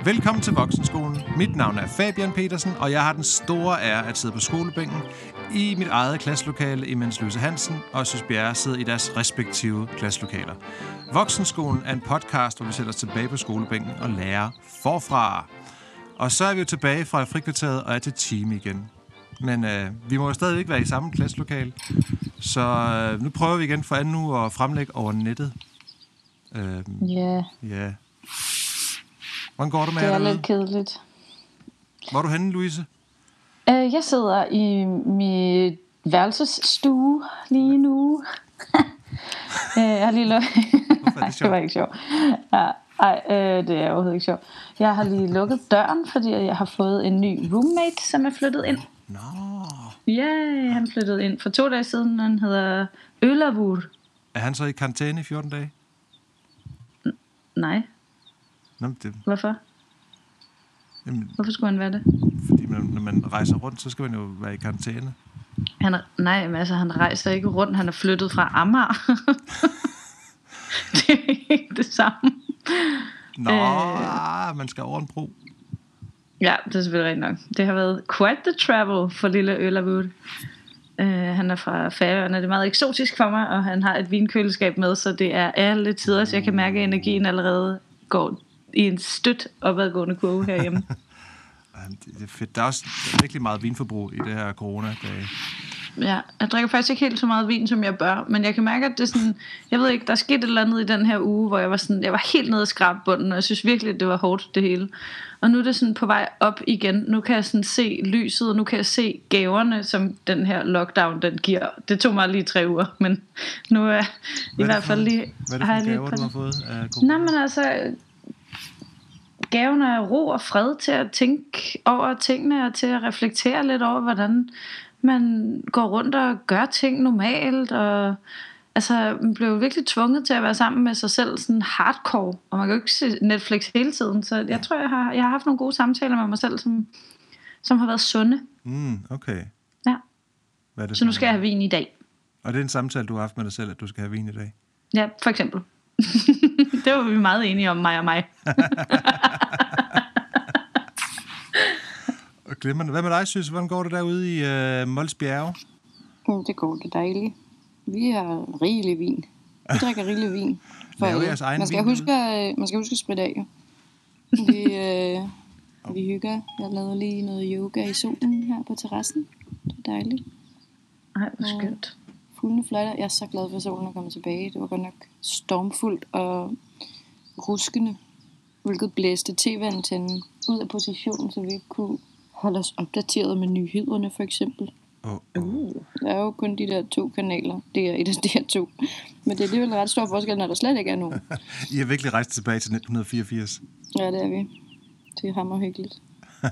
Velkommen til Voksenskolen. Mit navn er Fabian Petersen, og jeg har den store ære at sidde på skolebænken i mit eget klasselokale, imens Louise Hansen og Søs Bjerre sidder i deres respektive klasselokaler. Voksenskolen er en podcast, hvor vi sætter os tilbage på skolebænken og lærer forfra. Og så er vi jo tilbage fra frikvarteret og er til time igen. Men vi må jo stadig ikke være i samme klasselokale, så nu prøver vi igen for anden uge at fremlægge over nettet. Ja. Hvordan går du med det? Det er derude? lidt kedeligt. Hvor er du henne, Louise? Jeg sidder i mit værelsesstue lige nu. Jeg har lige lukket... det var ikke sjovt. Det er overhovedet ikke sjovt. Jeg har lige lukket døren, fordi jeg har fået en ny roommate, som er flyttet ind. Nå. Ja, han flyttede ind for 2 dage siden. Han hedder Ölavur. Er han så i karantæne i 14 dage? Nej. Nå, Hvorfor? Jamen, hvorfor skulle han være det? Fordi når man rejser rundt, så skal man jo være i karantæne. Han rejser ikke rundt. Han er flyttet fra Amager. Det er ikke det samme. Nå, man skal over en bro. Ja, det er selvfølgelig rigtigt nok. Det har været quite the travel for lille Ölavur. Han er fra Færøerne. Det er meget eksotisk for mig, og han har et vinkøleskab med, så det er alle tider, så jeg kan mærke, at energien allerede går i en støt opadgående kurve herhjemme. Det er fedt. Der er virkelig meget vinforbrug i det her corona-dage. Ja, jeg drikker faktisk ikke helt så meget vin, som jeg bør, men jeg kan mærke, at det er sådan, jeg ved ikke, der skete et eller andet i den her uge, hvor jeg var helt nede i skrabbunden, og jeg synes virkelig, at det var hårdt, det hele. Og nu er det sådan på vej op igen. Nu kan jeg sådan se lyset, og nu kan jeg se gaverne, som den her lockdown, den giver. Det tog mig lige 3 uger, men nu er i hvert fald lige... Hvad er det for gaver, du har fået af corona? Nej, men altså... Gaven er ro og fred til at tænke over tingene, og til at reflektere lidt over, hvordan man går rundt og gør ting normalt, og altså, man blev virkelig tvunget til at være sammen med sig selv sådan hardcore, og man kan jo ikke se Netflix hele tiden, så jeg tror, jeg har haft nogle gode samtaler med mig selv, som har været sunde. Okay. Ja. Hvad er det så nu skal jeg have vin i dag. Og det er en samtale, du har haft med dig selv, at du skal have vin i dag? Ja, for eksempel. Det var vi meget enige om, mig og mig. Hvad med dig, Søs? Hvordan går det derude i Mols Bjerge? Det går det dejligt. Vi har rigelig vin. Vi drikker rigelig vin. Man skal huske at spritte af. Vi hygger. Jeg lavede lige noget yoga i solen her på terrassen. Det er dejligt. Ej, hvor skønt. Fuglene fløjter. Jeg er så glad for, at solen er kommet tilbage. Det var godt nok stormfuldt og ruskende, hvilket blæste tv-antennen ud af positionen, så vi ikke kunne holde os opdateret med nyhederne, for eksempel. Der er jo kun de der 2 kanaler. Det er et af de her 2. Men det er alligevel ret stor forskel, når der slet ikke er nogen. I har virkelig rejst tilbage til 1984. Ja, det er vi. Det er hammerhyggeligt.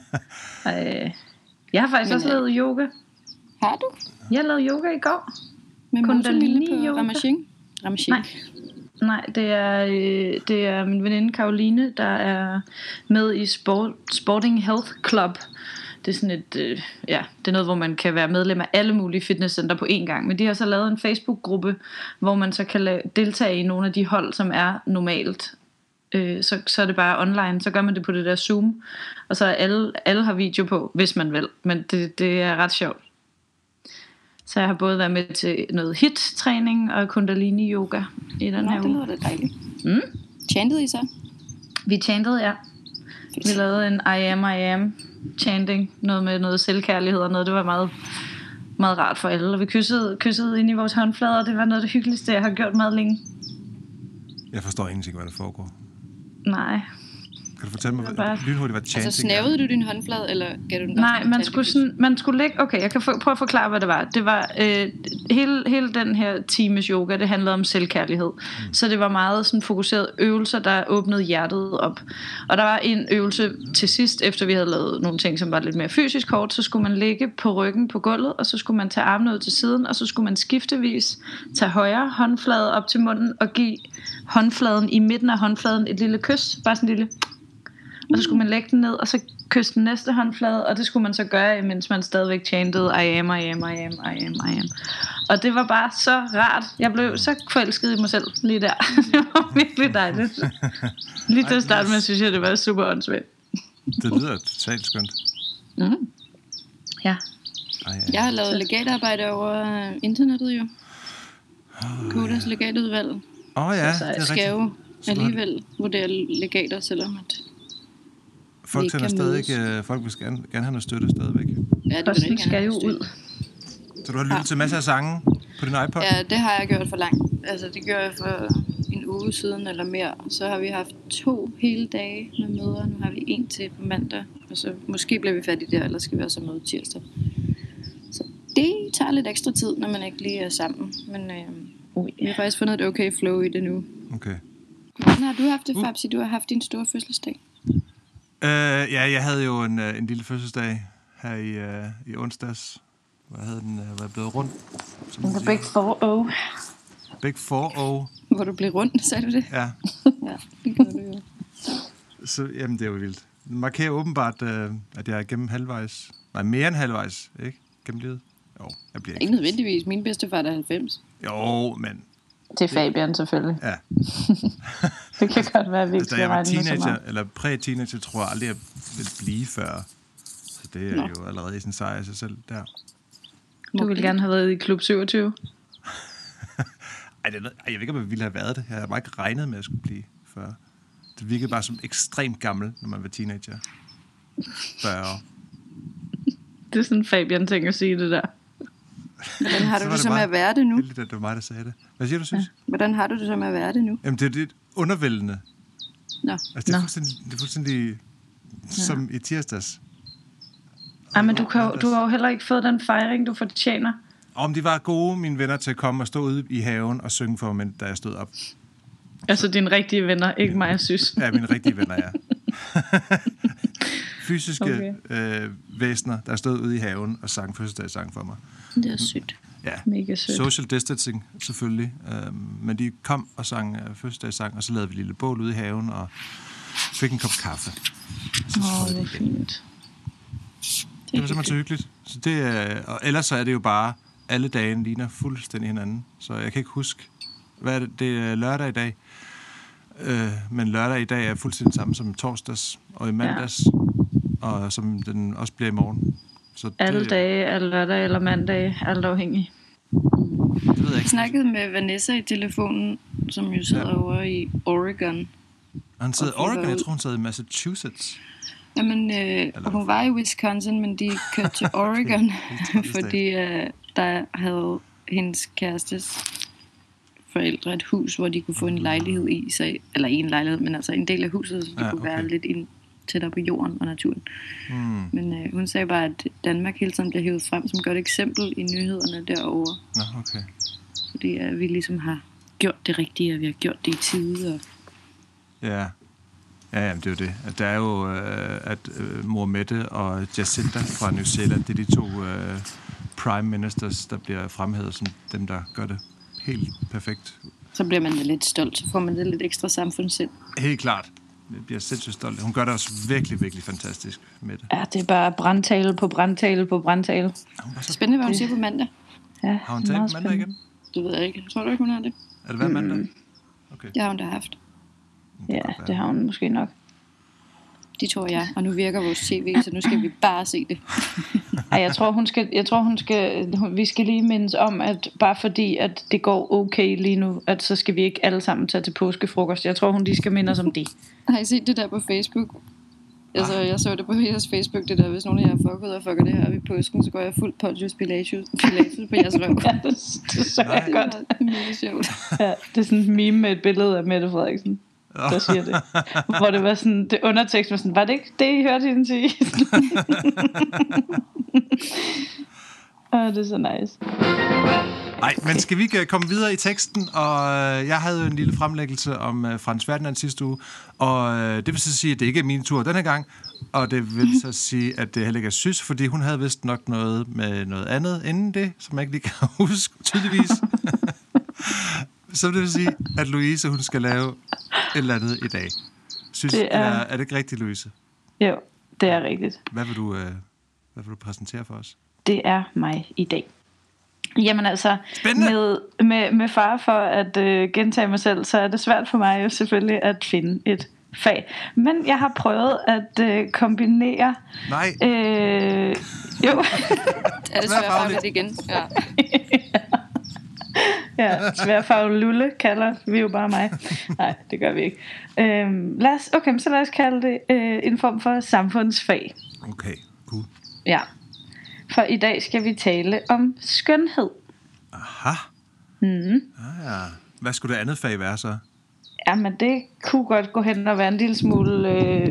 Jeg har faktisk også lavet yoga. Har du? Jeg lavede yoga i går. Med Kundalini på Ramachin? Nej, det er min veninde Caroline, der er med i Sporting Health Club. Det er sådan et, det er noget, hvor man kan være medlem af alle mulige fitnesscenter på én gang. Men de har så lavet en Facebook-gruppe, hvor man så kan deltage i nogle af de hold, som er normalt. Så er det bare online, så gør man det på det der Zoom. Og så alle har video på, hvis man vil. Men det er ret sjovt. Så jeg har både været med til noget HIIT-træning og kundalini yoga i den her uge. Det lyder da dejligt. Chantede I så? Vi chantede, ja. Vi lavede en I am chanting. Noget med noget selvkærlighed og noget. Det var meget, meget rart for alle. Og vi kyssede ind i vores håndflader. Det var noget af det hyggeligste, jeg har gjort meget længe. Jeg forstår ingenting, hvad der foregår. Nej. Kan du fortælle mig, lynhurtigt, hvad chanting altså, snævede du din håndflade, eller gav du den? Nej, man skulle lægge... Okay, jeg kan prøve at forklare, hvad det var. Det var hele den her times yoga, det handlede om selvkærlighed. Så det var meget sådan fokuserede øvelser, der åbnede hjertet op. Og der var en øvelse til sidst, efter vi havde lavet nogle ting, som var lidt mere fysisk hårdt, så skulle man ligge på ryggen på gulvet, og så skulle man tage armene ud til siden, og så skulle man skiftevis tage højre håndflade op til munden, og give håndfladen i midten af håndfladen et lille kys. Bare sådan en lille... Og så skulle man lægge den ned, og så kysse den næste håndflade, og det skulle man så gøre, mens man stadigvæk chantede I am. Og det var bare så rart. Jeg blev så forelsket i mig selv lige der. Det var virkelig dejligt. Lige til at starte med, synes jeg, det var super åndssvagt. Det lyder totalt skønt. Mm. Ja. Jeg har lavet legatarbejde over internettet jo. Kodas legatudvalg. Ja, det er rigtigt. Skal jo alligevel vurdere legater, selvom at folk sender stadig, folk vil gerne have noget støtte stadigvæk. Ja, det Posten skal jo ud. Så du har lyttet til masser af sange på din iPod? Ja, det har jeg gjort for langt. Altså, det gjorde jeg for en uge siden eller mere. Så har vi haft 2 hele dage med møder. Nu har vi 1 til på mandag. Og så måske bliver vi færdige der, eller skal vi også møde tirsdag. Så det tager lidt ekstra tid, når man ikke lige er sammen. Men vi har faktisk fundet et okay flow i det nu. Okay. Hvordan har du haft det, Fabsi? Du har haft din store fødselsdag. Ja, jeg havde jo en lille fødselsdag her i onsdags. Hvad havde den været blevet rundt? The Big 4-0. Big 4-0. Hvor du blev rundt, sagde du det? Ja. Ja, det gjorde du jo. Så, jamen, det er jo vildt. Det markerer åbenbart, at jeg er gennem halvvejs. Nej, mere end halvvejs, ikke? Gennem livet. Jo, jeg bliver ikke nødvendigvis. Min bedstefar er 90. Jo, men... Det er Fabian selvfølgelig. Ja. Det kan godt være, at vi ikke skal regne med så meget. Eller præ-teenager, tror jeg aldrig, jeg vil blive før. Så det er jo allerede i sin sejr i sig selv der. Du ville gerne have været i klub 27? Jeg ved ikke, om jeg ville have været det. Jeg har bare ikke regnet med, at jeg skulle blive før. Det virkede bare som ekstremt gammel, når man var teenager. 40 år. Det er sådan en Fabian-ting at sige det der. Hvordan har du det så med at være det nu? Det var mig, der sagde det. Hvad siger du, synes? Ja. Hvordan har du det så med at være det nu? Jamen, det er lidt undervældende. Nå. Altså, det er fuldstændig som i tirsdags. Men du har jo heller ikke fået den fejring, du fortjener. Om de var gode, mine venner, til at komme og stå ude i haven og synge for mig, da jeg stod op. Altså dine rigtige venner, ikke mig, jeg synes. Ja, mine rigtige venner, ja. Fysiske væsener, der stod ude i haven og sang fødselsdagssang for mig. Det er sødt. Ja, mega sødt. Social distancing selvfølgelig. Men de kom og sang fødselsdagssang, og så lavede vi et lille bål ude i haven og fik en kop kaffe. Det var fint. Det var simpelthen så hyggeligt. Så og ellers så er det jo bare, alle dage ligner fuldstændig hinanden. Så jeg kan ikke huske, hvad er det? Det er lørdag i dag. Men lørdag i dag er fuldstændig samme som torsdags og i mandags. Og som den også bliver i morgen. Så alle dage er lørdag eller mandag, alt afhængig. Det ved jeg ikke. Snakkede med Vanessa i telefonen, som jo sidder over i Oregon. Han sidder i Oregon? Jeg tror, hun sidder i Massachusetts. Jamen, hun var i Wisconsin, men de kørte til Oregon, fordi der havde hendes kærestes forældre et hus, hvor de kunne få en lejlighed i sig, eller en lejlighed, men altså en del af huset, så de kunne være lidt tættere på jorden og naturen. Men hun sagde bare, at Danmark hele tiden bliver hævet frem som et godt eksempel i nyhederne derovre. Nå, okay. Fordi vi ligesom har gjort det rigtige, og vi har gjort det i tide. Og... Ja, jamen, det er jo det. Der er jo, at Mohammed og Jacinda fra New Zealand, det er de 2 prime ministers, der bliver fremhævet som dem, der gør det helt perfekt. Så bliver man lidt stolt, så får man det lidt ekstra samfundssind. Helt klart. Jeg bliver sindssygt stolt. Hun gør det også virkelig, virkelig fantastisk med det. Ja, det er bare brandtale på brandtale på brandtale. Spændende, hvad hun siger på mandag. Ja, har hun talt på mandag igen? Det ved jeg ikke. Tror du ikke, hun har det? Er det hver mandag? Okay. Det har hun da haft. Ja, det har hun måske nok. De tror jeg, og nu virker vores tv, så nu skal vi bare se det. Ej, vi skal lige mindes om, at bare fordi, at det går okay lige nu, at så skal vi ikke alle sammen tage til påskefrokost. Jeg tror, hun lige skal minde os om det. Har I set det der på Facebook? Altså, jeg så det på jeres Facebook, det der, hvis nogen af jer fucker det her op i påsken, så går jeg fuldt Pontius Pilatus på jeres røv. Ja, det så jeg godt. Det er mega sjovt. Ja, det er sådan en meme med et billede af Mette Frederiksen, der siger det. Hvor det var sådan, det undertekst var sådan, var det ikke det, I hørte hende sige? Det er så nice. Nej, men skal vi ikke komme videre i teksten? Og jeg havde jo en lille fremlæggelse om Frans Ferdinand sidste uge, og det vil så sige, at det ikke er min tur denne gang, og det vil så sige, at det heller ikke er Sys, fordi hun havde vist nok noget med noget andet inden det, som jeg ikke lige kan huske tydeligvis. Så det vil sige, at Louise, hun skal lave et eller andet i dag. Sys, er det ikke rigtigt, Louise? Jo, det er rigtigt. Hvad vil du præsentere for os? Det er mig i dag. Jamen altså, med fare for at gentage mig selv, så er det svært for mig jo selvfølgelig at finde et fag. Men jeg har prøvet at kombinere... Nej. Jo. Det er det sværfagligt igen. Ja. Ja, sværfaglig lulle kalder vi jo bare mig. Nej, det gør vi ikke. Så lad os kalde det en form for samfundsfag. Okay, cool. Ja, for i dag skal vi tale om skønhed. Aha. Ja. Hvad skulle det andet fag være så? Jamen det kunne godt gå hen og være en lille smule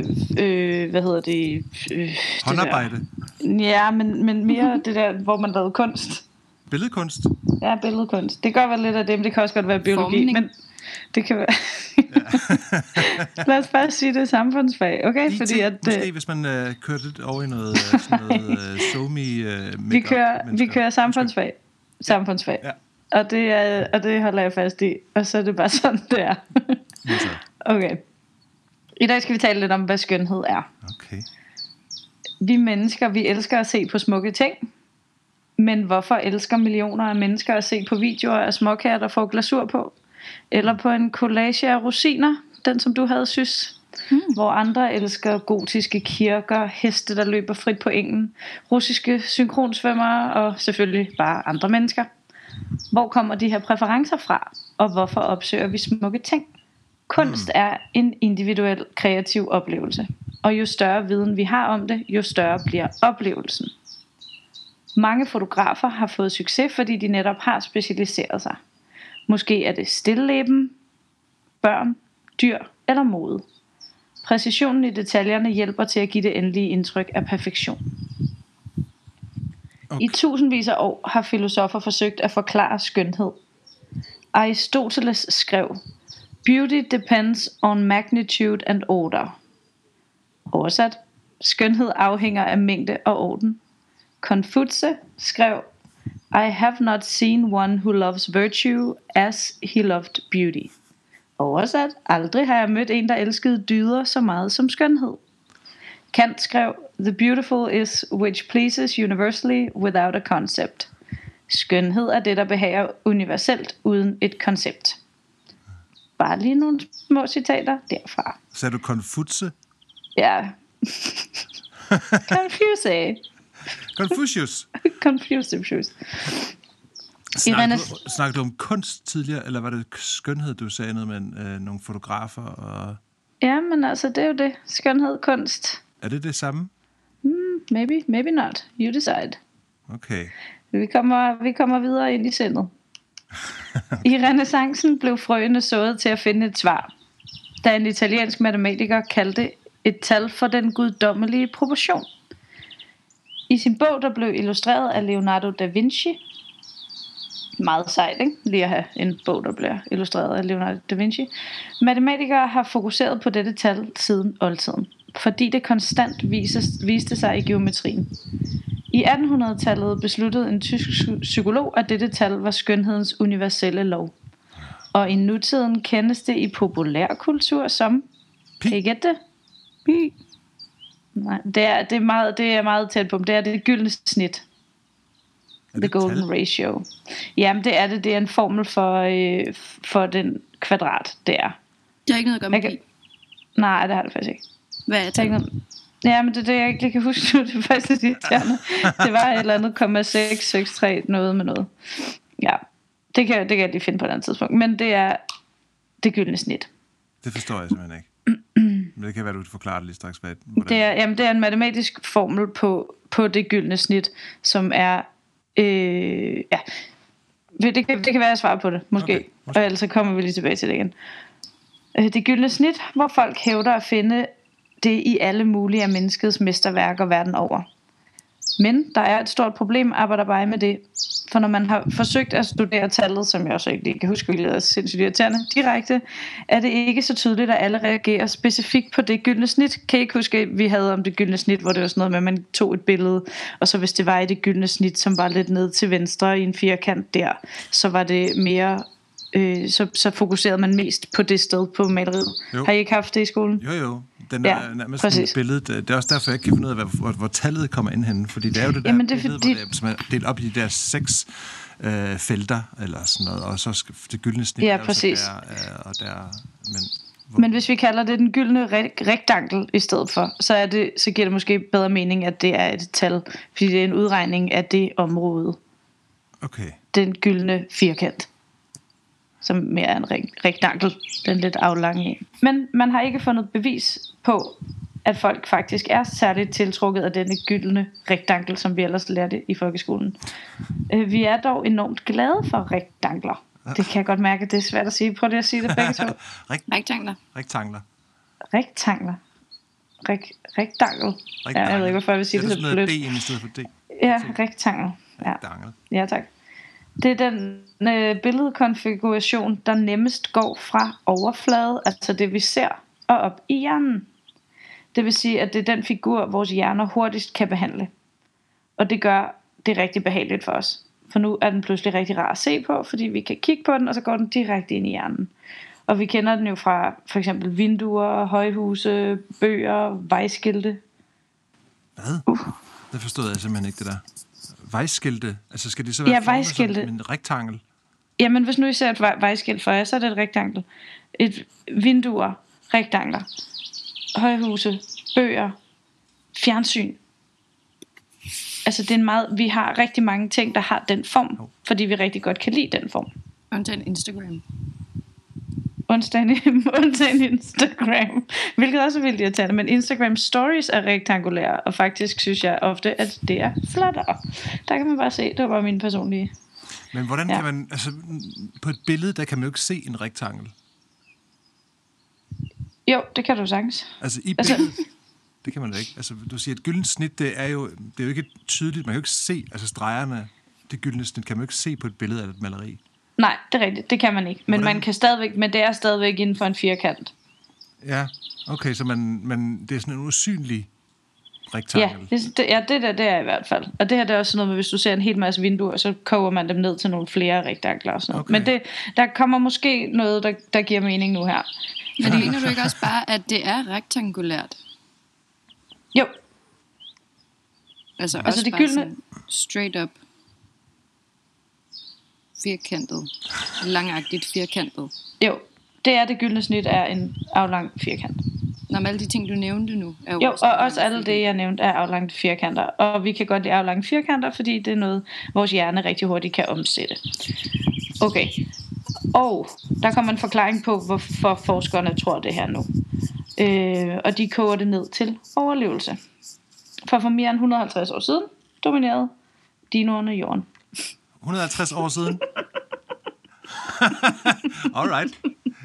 håndarbejde? Ja, men mere det der, hvor man lavede kunst. Billedkunst? Ja, billedkunst. Det kan godt være lidt af det, men det kan også godt være biologi. Formning. Men det kan være... Lad os bare sige, det er samfundsfag, okay? IT, fordi at, måske hvis man kører lidt over i noget, somi vi kører samfundsfag. Samfundsfag. Ja. Og det holder jeg fast i. Og så er det bare sådan, det er. Okay. I dag skal vi tale lidt om, hvad skønhed er. Okay. Vi mennesker, vi elsker at se på smukke ting. Men hvorfor elsker millioner af mennesker at se på videoer af småkager, der får glasur på? Eller på en collage af rosiner, den som du havde synes. Hvor andre elsker gotiske kirker, heste der løber frit på engen, russiske synkronsvømmere og selvfølgelig bare andre mennesker. Hvor kommer de her præferencer fra? Og hvorfor opsøger vi smukke ting? Kunst er en individuel kreativ oplevelse. Og jo større viden vi har om det, jo større bliver oplevelsen. Mange fotografer har fået succes, fordi de netop har specialiseret sig. Måske er det stilleben, børn, dyr eller mode. Præcisionen i detaljerne hjælper til at give det endelige indtryk af perfektion. Okay. I tusindvis af år har filosofer forsøgt at forklare skønhed. Aristoteles skrev: Beauty depends on magnitude and order. Oversat: skønhed afhænger af mængde og orden. Konfutse skrev: I have not seen one who loves virtue as he loved beauty. Oversat: aldrig har jeg mødt en, der elskede dyder så meget som skønhed. Kant skrev: The beautiful is which pleases universally without a concept. Skønhed er det, der behager universelt uden et koncept. Bare lige nogle små citater derfra. Sagde du Konfutse? Ja. Confucius. Snakkede du om kunst tidligere, eller var det skønhed, du sagde noget med nogle fotografer? Og... Ja, men altså, det er jo det. Skønhed, kunst. Er det samme? Maybe not. You decide. Okay. Vi kommer videre ind i sindet. I renæssancen blev frøene sået til at finde et svar, da en italiensk matematiker kaldte et tal for den guddommelige proportion. I sin bog, der blev illustreret af Leonardo da Vinci. Meget sejt, ikke? Lige at have en bog, der bliver illustreret af Leonardo da Vinci. Matematikere har fokuseret på dette tal siden oldtiden, fordi det konstant viste sig i geometrien. I 1800-tallet besluttede en tysk psykolog, at dette tal var skønhedens universelle lov. Og i nutiden kendes det i populærkultur som... Kan I gætte det? Pi. Nej, det er meget tæt på. Det er det gyldne snit. The golden tal? Ratio. Jamen det er det. Det er en formel for den kvadrat. Det er. Det har ikke noget at gøre med pi. Nej, det har det faktisk ikke. Hvad er det? Ja, men det jeg ikke kan huske nu. Det er faktisk lidt irriterende. Det var et eller andet 663 noget med noget. Ja, det kan jeg lige finde på et andet tidspunkt. Men det er det gyldne snit. Det forstår jeg simpelthen ikke. Men det kan være, du forklarer det lige straks. Det er en matematisk formel på det gyldne snit, som er... ja. Det kan være, jeg svarer på det, måske. Okay. Og ellers så kommer vi lige tilbage til det igen. Det gyldne snit, hvor folk hævder at finde det i alle mulige af menneskets mesterværker verden over. Men der er et stort problem, arbejder bare med det. For når man har forsøgt at studere tallet, som jeg også ikke lige kan huske, hvilket er sindssygt irriterende, direkte, er det ikke så tydeligt, at alle reagerer specifikt på det gyldne snit. Kan I ikke huske, vi havde om det gyldne snit, hvor det var sådan noget med, at man tog et billede, og så hvis det var i det gyldne snit, som var lidt ned til venstre i en firkant der, så var det mere... Så fokuserede man mest på det sted på maleriet. Jo. Har I ikke haft det i skolen? Jo. Den er nærmest et billede. Det er også derfor, jeg ikke kan finde ud af, hvor tallet kommer ind henne. Fordi det er jo det der billede, hvor det er delt op i de der 6 felter, eller sådan noget. Og så det gyldne snit. Ja, præcis. Og der, men... Men hvis vi kalder det den gyldne rektangel i stedet for, så giver det måske bedre mening, at det er et tal, fordi det er en udregning af det område. Okay. Den gyldne firkant, som mere er en rektangel, den lidt aflange af. Men man har ikke fundet bevis på, at folk faktisk er særligt tiltrukket af denne gyldne rektangel, som vi ellers lærte i folkeskolen. Vi er dog enormt glade for rektangler. Det kan jeg godt mærke, det er svært at sige. Prøv lige at sige det begge to. Rektangler. Rektangler. Rektangler. Rektangel. Ja, jeg ved ikke, hvorfor jeg vil sige det så blødt. D i stedet for D. Ja, rektangel. Ja, tak. Det er den billedkonfiguration, der nemmest går fra overflade, altså det vi ser, og op i hjernen. Det vil sige, at det er den figur, vores hjerner hurtigst kan behandle. Og det gør det rigtig behageligt for os. For nu er den pludselig rigtig rar at se på, fordi vi kan kigge på den, og så går den direkte ind i hjernen. Og vi kender den jo fra for eksempel vinduer, højhuse, bøger, vejskilte. Hvad? Det forstod jeg simpelthen ikke, det der. Vejskilte? Altså skal de så være formet som en rektangel? Jamen hvis nu I ser et vejskilt for jer, så er det et rektangel. Et vinduer, rektangler. Højhuse, bøger, fjernsyn. Altså det er en meget, vi har rigtig mange ting, der har den form, fordi vi rigtig godt kan lide den form. Undtagen Instagram. Undtagen Instagram, hvilket også er vildt irriterende, men Instagram stories er rektangulære, og faktisk synes jeg ofte, at det er flottere. Der kan man bare se, det var min personlige. Men hvordan kan man, altså på et billede, der kan man jo ikke se en rektangel. Jo, det kan du sagtens. Altså i billedet, det kan man da ikke. Altså du siger, at gyldent snit, det er jo ikke tydeligt, man kan jo ikke se, altså stregerne, det gyldne snit kan man jo ikke se på et billede af et maleri. Nej, det er rigtigt, det kan man ikke. Men man kan stadigvæk, men det er stadigvæk inden for en firkant. Ja, okay, så man det er sådan en usynlig rektangel. Ja, det er i hvert fald. Og det her det er også sådan noget med, hvis du ser en hel masse vinduer, så koger man dem ned til nogle flere rektangler og sådan noget. Okay. Men der kommer måske noget, der giver mening nu her. Men det mener du ikke også bare, at det er rektangulært? Jo. Altså også det bare gyldne straight up firkantet, langagtigt firkantet. Jo, det er det gyldne snit er en aflang firkant. Nå, men alle de ting du nævnte nu er jo og også alle det jeg nævnte er aflange firkanter. Og vi kan godt lide aflange firkanter, fordi det er noget vores hjerne rigtig hurtigt kan omsætte. Okay. Og der kommer en forklaring på, hvorfor forskerne tror det her nu. Og de koger det ned til overlevelse. For mere end 150 år siden dominerede dinoerne jorden. 150 år siden? Alright.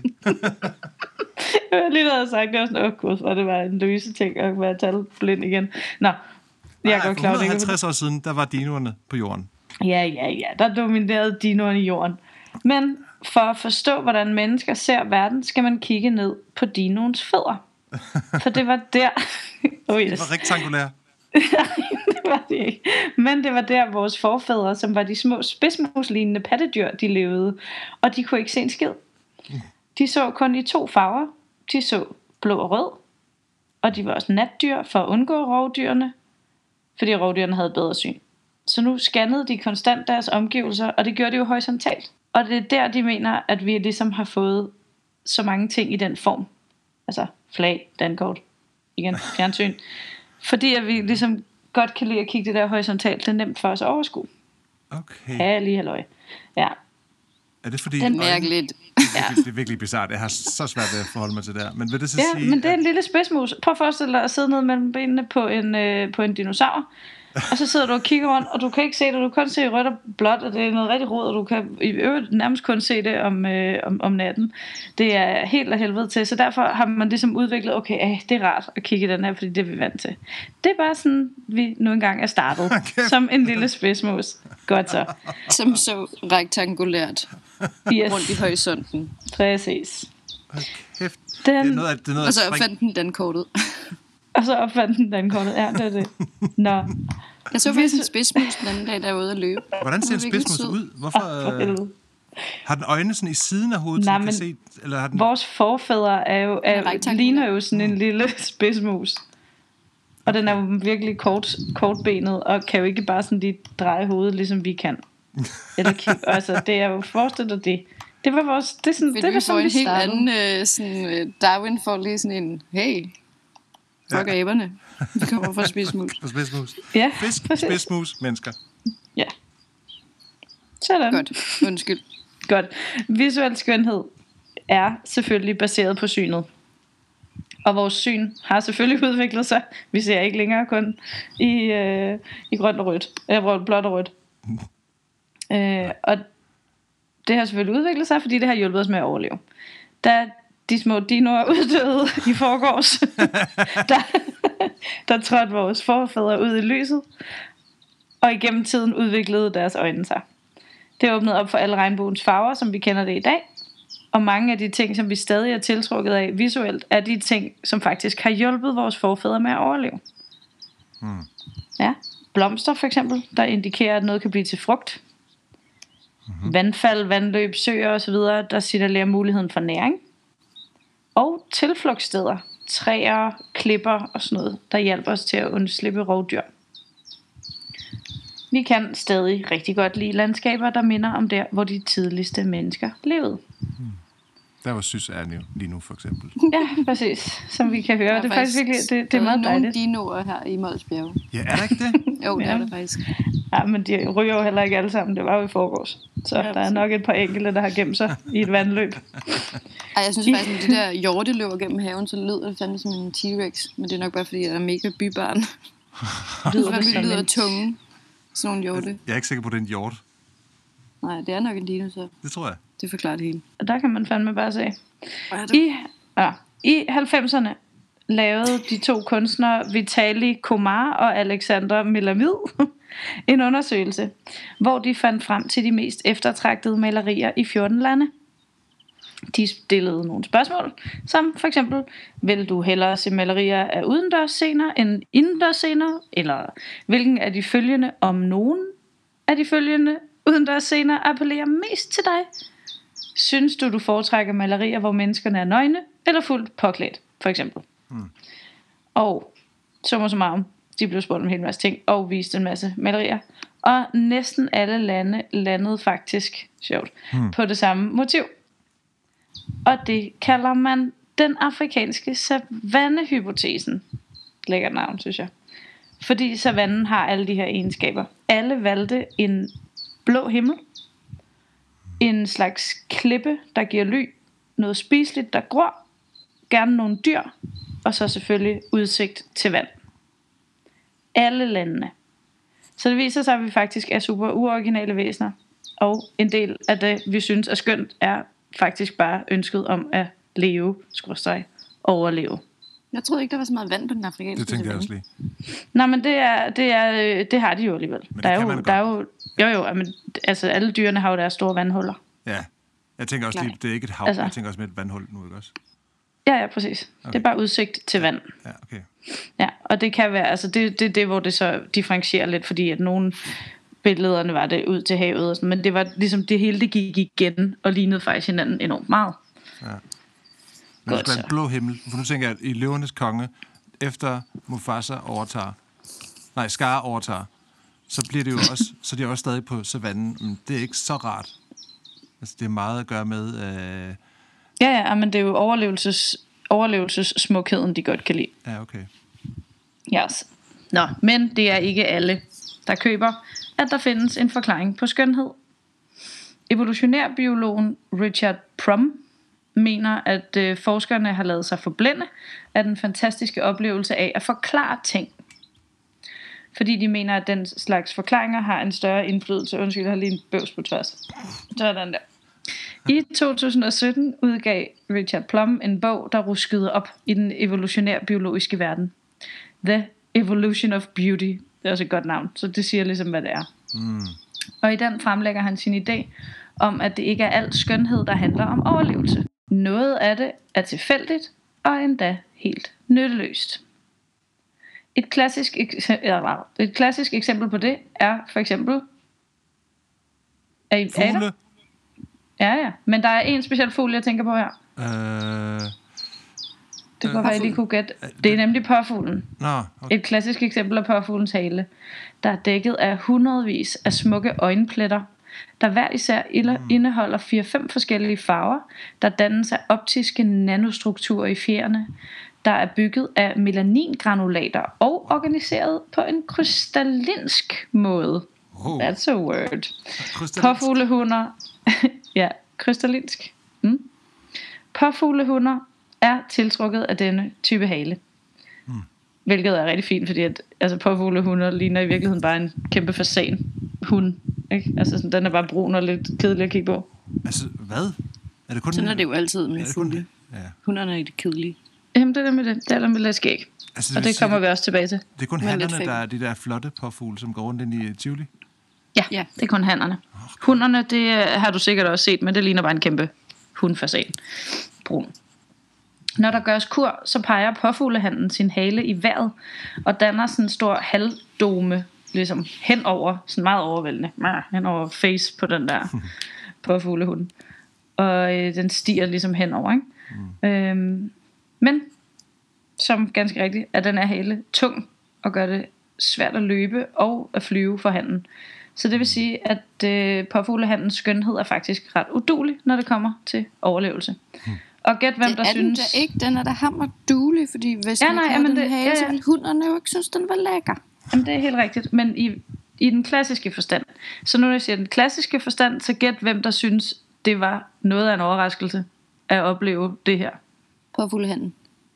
Jeg lige havde sagt, det var sådan, gud, og det var en løse ting at være talblind igen. Nå, jeg går klar. 150 år siden, der var dinoerne på jorden. Ja, der dominerede dinoerne jorden. Men for at forstå, hvordan mennesker ser verden, skal man kigge ned på dinoens fødder. For det var der... Det var rektangulært. Det var det ikke. Men det var der vores forfædre, som var de små spidsmuslignende pattedyr, de levede. Og de kunne ikke se en skid. De så kun i 2 farver. De så blå og rød. Og de var også natdyr for at undgå rovdyrene, fordi rovdyrene havde bedre syn. Så nu scannede de konstant deres omgivelser, og det gjorde de jo horisontalt. Og det er der, de mener, at vi ligesom har fået så mange ting i den form. Altså flag, dankort, igen, fjernsyn. Fordi at vi ligesom godt kan lide at kigge det der horisontalt. Det er nemt for os at overskue. Okay. Ja, lige halløj. Ja. Er det fordi... Det er mærkeligt. Det er virkelig bizarrt. Jeg har så svært ved at forholde mig til det her. Men vil det så sige... Ja, men det er en lille spidsmus. Prøv at forestille dig at sidde ned mellem benene på en dinosaur. Og så sidder du og kigger rundt, og du kan ikke se det. Du kan kun se rødt og blåt, og det er noget rigtig rod, og du kan i øvrigt nærmest kun se det om natten. Det er helt af helvede til. Så derfor har man ligesom udviklet, okay, det er rart at kigge i den her, fordi det er vi vant til. Det er bare sådan, vi nu engang er startet. Okay. Som en lille spidsmus. Godt så. Som så rektangulært rundt i horisonten. Præcis. Kæft. Det er noget og så opfandt den dankortet. Og så opfandt den dankortet. Ja, det er det. Nå. Jeg så faktisk en spidsmus den anden dag derude at løbe. Hvordan ser en spidsmus ud? Hvorfor har den øjne sådan i siden af hovedet, så kan se, eller har den... Vores forfædre ligner jo sådan en lille spidsmus. Og den er jo virkelig kortbenet og kan jo ikke bare sådan lige dreje hovedet, ligesom vi kan. Eller altså det er jo forestillet det. Det var vores... Det er sådan, Fordi det var vi får sådan, en vi helt startede. anden... Darwin får lige sådan en... Hey, fuck aberne. Vi kommer fra spidsmus. På spidsmus. Ja, Fisk, præcis. spidsmus, mennesker. Ja. Sådan. Godt, undskyld. Godt. Visuel skønhed er selvfølgelig baseret på synet. Og vores syn har selvfølgelig udviklet sig. Vi ser ikke længere kun i grønt og rødt. Blåt og rødt. Og det har selvfølgelig udviklet sig, fordi det har hjulpet os med at overleve. Da de små dinoer uddøde i forgårs, der trådte vores forfædre ud i lyset, og igennem tiden udviklede deres øjne sig. Det åbnede op for alle regnbuens farver, som vi kender det i dag. Og mange af de ting, som vi stadig er tiltrukket af visuelt, er de ting, som faktisk har hjulpet vores forfædre med at overleve. Ja, blomster for eksempel, der indikerer, at noget kan blive til frugt. Vandfald, vandløb, søer osv., der signalerer muligheden for næring. Og tilflugtssteder, træer, klipper og sådan noget, der hjælper os til at undslippe rovdyr. Vi kan stadig rigtig godt lide landskaber, der minder om der, hvor de tidligste mennesker levede. Der var Sys er lige nu, for eksempel. Ja, præcis. Som vi kan høre. Det er faktisk virkelig, det er meget dejligt. Der er nogle dinoer her i Mols Bjerge. Ja, er der ikke det? Jo, det er der faktisk. Ja, men de ryger jo heller ikke alle sammen. Det var jo i forgårs. Så ja, der er nok et par enkelte, der har gemt sig i et vandløb. Ej, jeg synes faktisk, at det der hjorte løber gennem haven, så lyder det fandme som en T-Rex. Men det er nok bare, fordi jeg er mega bybarn. Det lyder tunge. Sådan nogle hjorte. Jeg er ikke sikker på, det er en hjort. Nej, det er nok en dino, så. Det tror jeg. Det forklarer det hele. Og der kan man fandme bare se. Ja, I 90'erne lavede de to kunstnere Vitali Komar og Alexander Melamid en undersøgelse, hvor de fandt frem til de mest eftertragtede malerier i 14 lande. De stillede nogle spørgsmål, som for eksempel: vil du hellere se malerier af udendørsscener end indendørsscener? Eller hvilken af de følgende, om nogen af de følgende udendørsscener, appellerer mest til dig? Synes du foretrækker malerier, hvor menneskerne er nøgne eller fuldt påklædt, for eksempel? Og summa summarum, de blev spurgt om en hel masse ting og viste en masse malerier. Og næsten alle lande landede faktisk, sjovt, på det samme motiv. Og det kalder man den afrikanske savannehypotesen. Lækkert navn, synes jeg. Fordi savannen har alle de her egenskaber. Alle valgte en blå himmel, en slags klippe, der giver ly, noget spiseligt, der gror, gerne nogle dyr, og så selvfølgelig udsigt til vand. Alle landene. Så det viser sig, at vi faktisk er super uoriginale væsener, og en del af det, vi synes er skønt, er faktisk bare ønsket om at leve, overleve. Jeg troede ikke, der var så meget vand på den afrikanske. Det tænker jeg også lige. Nej, men det har de jo alligevel. Men der er jo, men altså alle dyrene har jo deres store vandhuller. Ja, jeg tænker også lige, det er ikke et hav, altså, jeg tænker også med et vandhul nu, ikke også? Ja, præcis. Okay. Det er bare udsigt til vand. Ja, okay. Ja, og det kan være, altså det hvor det så differentierer lidt, fordi at nogle billederne var det ud til havet og sådan, men det var ligesom det hele, det gik igen og lignede faktisk hinanden enormt meget. Ja. Men det er en blå himmel, for nu tænker jeg, at i Løvernes Konge, efter Mufasa Scar overtager, så bliver det jo også, så de er også stadig på savannen, men det er ikke så rart. Altså det er meget at gøre med Ja, men det er jo overlevelsessmukheden, de godt kan lide. Ja, okay. Yes. Nå, men det er ikke alle, der køber, at der findes en forklaring på skønhed. Evolutionærbiologen Richard Prum mener, at forskerne har lavet sig forblænde af den fantastiske oplevelse af at forklare ting. Fordi de mener, at den slags forklaringer har en større indflydelse. Undskyld, jeg har lige en bøvs på tværs. Sådan der. I 2017 udgav Richard Plum en bog, der ruskede op i den evolutionær-biologiske verden. The Evolution of Beauty. Det er også et godt navn, så det siger ligesom, hvad det er. Og i den fremlægger han sin idé om, at det ikke er al skønhed, der handler om overlevelse. Noget af det er tilfældigt, og endda helt nytteløst. Et klassisk eksempel på det er for eksempel fugle. Ja, men der er en speciel fugl, jeg tænker på her. Det kunne være, jeg lige kunne gætte. Det er nemlig påfuglen. Okay. Et klassisk eksempel af påfuglens hale, der er dækket af hundredvis af smukke øjenpletter, der hver især indeholder 4-5 forskellige farver, der dannes af optiske nanostrukturer i fjerene, der er bygget af melaningranulater og organiseret på en krystallinsk måde. That's a word. Påfuglehunder ja, krystallinsk. Påfuglehunder er tiltrukket af denne type hale. Hvilket er rigtig fint, fordi at, altså, påfuglehunder ligner i virkeligheden bare en kæmpe fasan-hund. Ikke? Altså, sådan, den er bare brun og lidt kedelig at kigge på. Altså, hvad? Er det kun sådan er det jo altid med fugle. Ja. Hunderne er det kedelige. Jamen, det er med det. Det er der med lidt skæg. Altså, og det kommer vi også tilbage til. Det er kun hannerne, der er de der flotte påfugle, som går rundt ind i Tivoli? Ja, det er kun hannerne. Hunderne, det har du sikkert også set, men det ligner bare en kæmpe hundfasan. Brun. Når der gøres kur, så peger påfuglehannen sin hale i vejret og danner sådan en stor halvdome ligesom henover, sådan meget overvældende, henover face på den der påfuglehund. Og den stiger ligesom henover, ikke? Men som ganske rigtigt er den her hale tung og gør det svært at løbe og at flyve for hannen. Så det vil sige, at påfuglehannens skønhed er faktisk ret uduelig, når det kommer til overlevelse. Og gæt hvem der synes. Den er ikke, den er da hammerduelig, fordi hvis man havde den hale, så ville hunderne jo ikke synes, den var lækker. Jamen, det er helt rigtigt, men i den klassiske forstand. Så nu når jeg siger den klassiske forstand, så gæt hvem der synes, det var noget af en overraskelse at opleve det her. Påfuglehannen.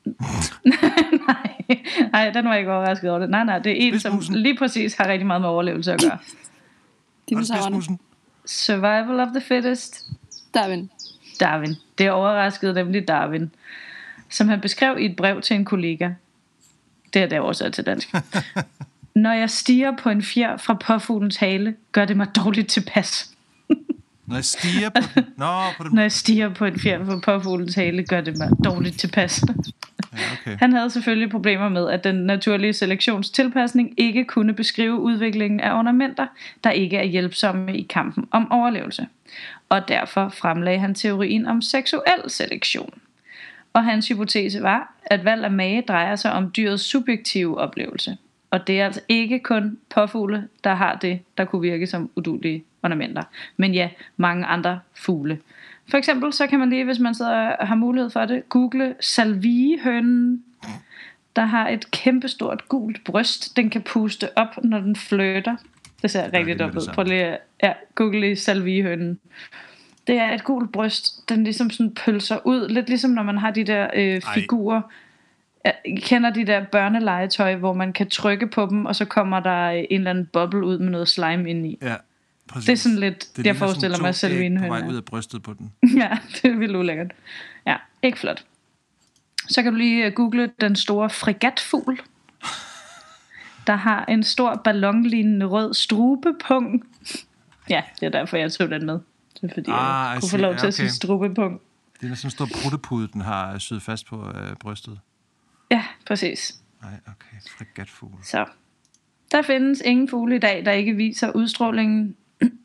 nej, den var ikke overrasket over det. Nej, det er en, som lige præcis har rigtig meget med overlevelse at gøre. Dinosaurerne. Survival of the fittest. Darwin. Det overraskede nemlig Darwin, som han beskrev i et brev til en kollega. Det er der oversat til dansk. Når jeg stiger på en fjer fra påfuglens hale, gør det mig dårligt tilpas. Når jeg stiger på Når jeg stiger på en fjer fra påfuglens hale, gør det mig dårligt tilpas. Ja, okay. Han havde selvfølgelig problemer med, at den naturlige selektionstilpasning ikke kunne beskrive udviklingen af ornamenter, der ikke er hjælpsomme i kampen om overlevelse. Og derfor fremlagde han teorien om seksuel selektion. Og hans hypotese var, at valg af mage drejer sig om dyrets subjektive oplevelse. Og det er altså ikke kun påfugle, der har det, der kunne virke som uduelige ornamenter. Men ja, mange andre fugle. For eksempel så kan man lige, hvis man sidder og har mulighed for det, google salviehønen, der har et kæmpestort gult bryst. Den kan puste op, når den flirter. Det ser rigtig dumt ud. Prøv lige at google lige salviehønen. Det er et gult bryst. Den ligesom sådan pølser ud. Lidt ligesom når man har de der figurer. I kender de der børnelegetøj, hvor man kan trykke på dem, og så kommer der en eller anden boble ud med noget slime ind i. Ja, præcis. Det er sådan lidt, det jeg forestiller mig selv i en høne. På vej ud af brystet på den. Ja, det er vildt ulækkert. Ja, ikke flot. Så kan du lige google den store fregatfugl, der har en stor ballonlignende rød strubepung. Ja, det er derfor jeg tog den med. Det er fordi jeg kunne få lov til at sige strubepung. Det er sådan en stor bruttepude, den har syet fast på brystet. Ja, præcis. Nej, okay. Fregatfugl. Så der findes ingen fugle i dag, der ikke viser udstrålingen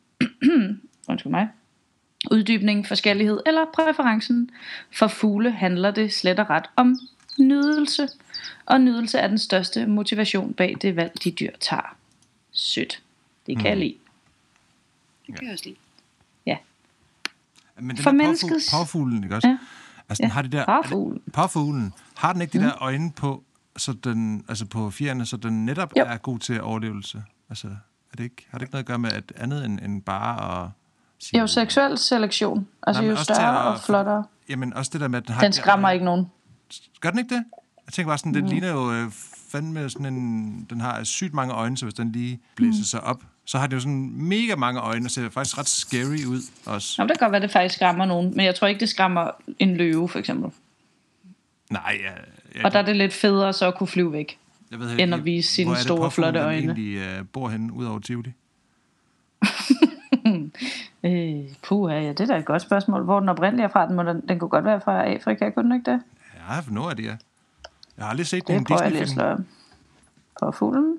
uddybning, forskellighed eller præferencen. For fugle handler det slet og ret om nydelse. Og nydelse er den største motivation bag det valg, de dyr tager. Sødt. Det kan jeg lide. Det kan jeg også lide. Ja. Men den for menneskets påfuglen, ikke også? Ja. Altså, den har de der påfuglen. Har den ikke de der øjne på, så den, altså på fjerne, så den netop er god til overlevelse? Altså, har det ikke noget at gøre med at andet end bare at sige... Jo, seksuel selektion. Altså jo større og flottere. Jamen også det der med, at den har... Den skræmmer ikke nogen. Gør den ikke det? Jeg tænker bare sådan, den ligner jo fandme sådan en... Den har sygt mange øjne, så hvis den lige blæser sig op, så har den jo sådan mega mange øjne, og ser faktisk ret scary ud også. Jamen, det kan godt være, det faktisk skræmmer nogen, men jeg tror ikke, det skræmmer en løve, for eksempel. Nej, ja. Og der er det lidt federe så at kunne flyve væk, end at vise sine store, flotte øjne. Hvor er det egentlig bor henne, ud over Tivoli? Ja, det er da et godt spørgsmål. Hvor den oprindelige er fra, den kunne godt være fra Afrika, kunne den ikke det? Ja, for noget af det, ja. Jeg har aldrig set det en Disney-film. Det prøver jeg lige at slå på fuglen.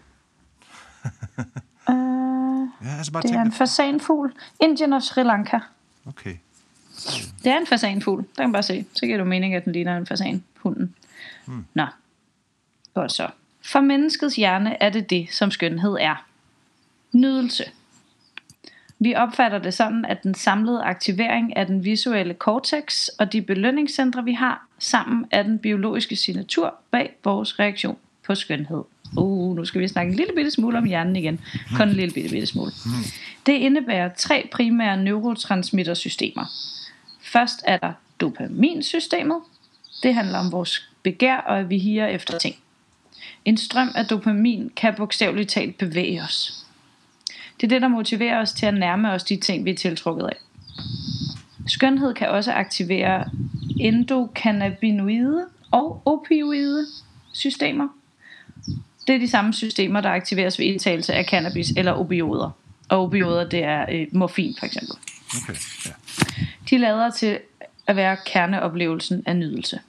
Det er en fasanfugl. Indien og Sri Lanka. Okay. Det er en fasanfugl. Der kan man bare se. Så giver du mening, at den ligner en fasan. Hunden. Nå. Godt så. For menneskets hjerne er det, som skønhed er. Nydelse. Vi opfatter det sådan, at den samlede aktivering af den visuelle cortex og de belønningscentre, vi har, sammen er den biologiske signatur bag vores reaktion på skønhed. Nu skal vi snakke en lille bitte smule om hjernen igen. Kun en lille bitte smule. Det indebærer 3 primære neurotransmittersystemer. Først er der dopaminsystemet. Det handler om vores begær og at vi higer efter ting. En strøm af dopamin kan bogstaveligt talt bevæge os. Det er det, der motiverer os til at nærme os de ting, vi er tiltrukket af. Skønhed kan også aktivere endokannabinoide og opioide systemer. Det er de samme systemer, der aktiveres ved indtagelse af cannabis eller opioider. Og opioider, det er morfin for eksempel. Okay, ja. De lader til at være kerneoplevelsen af nydelse.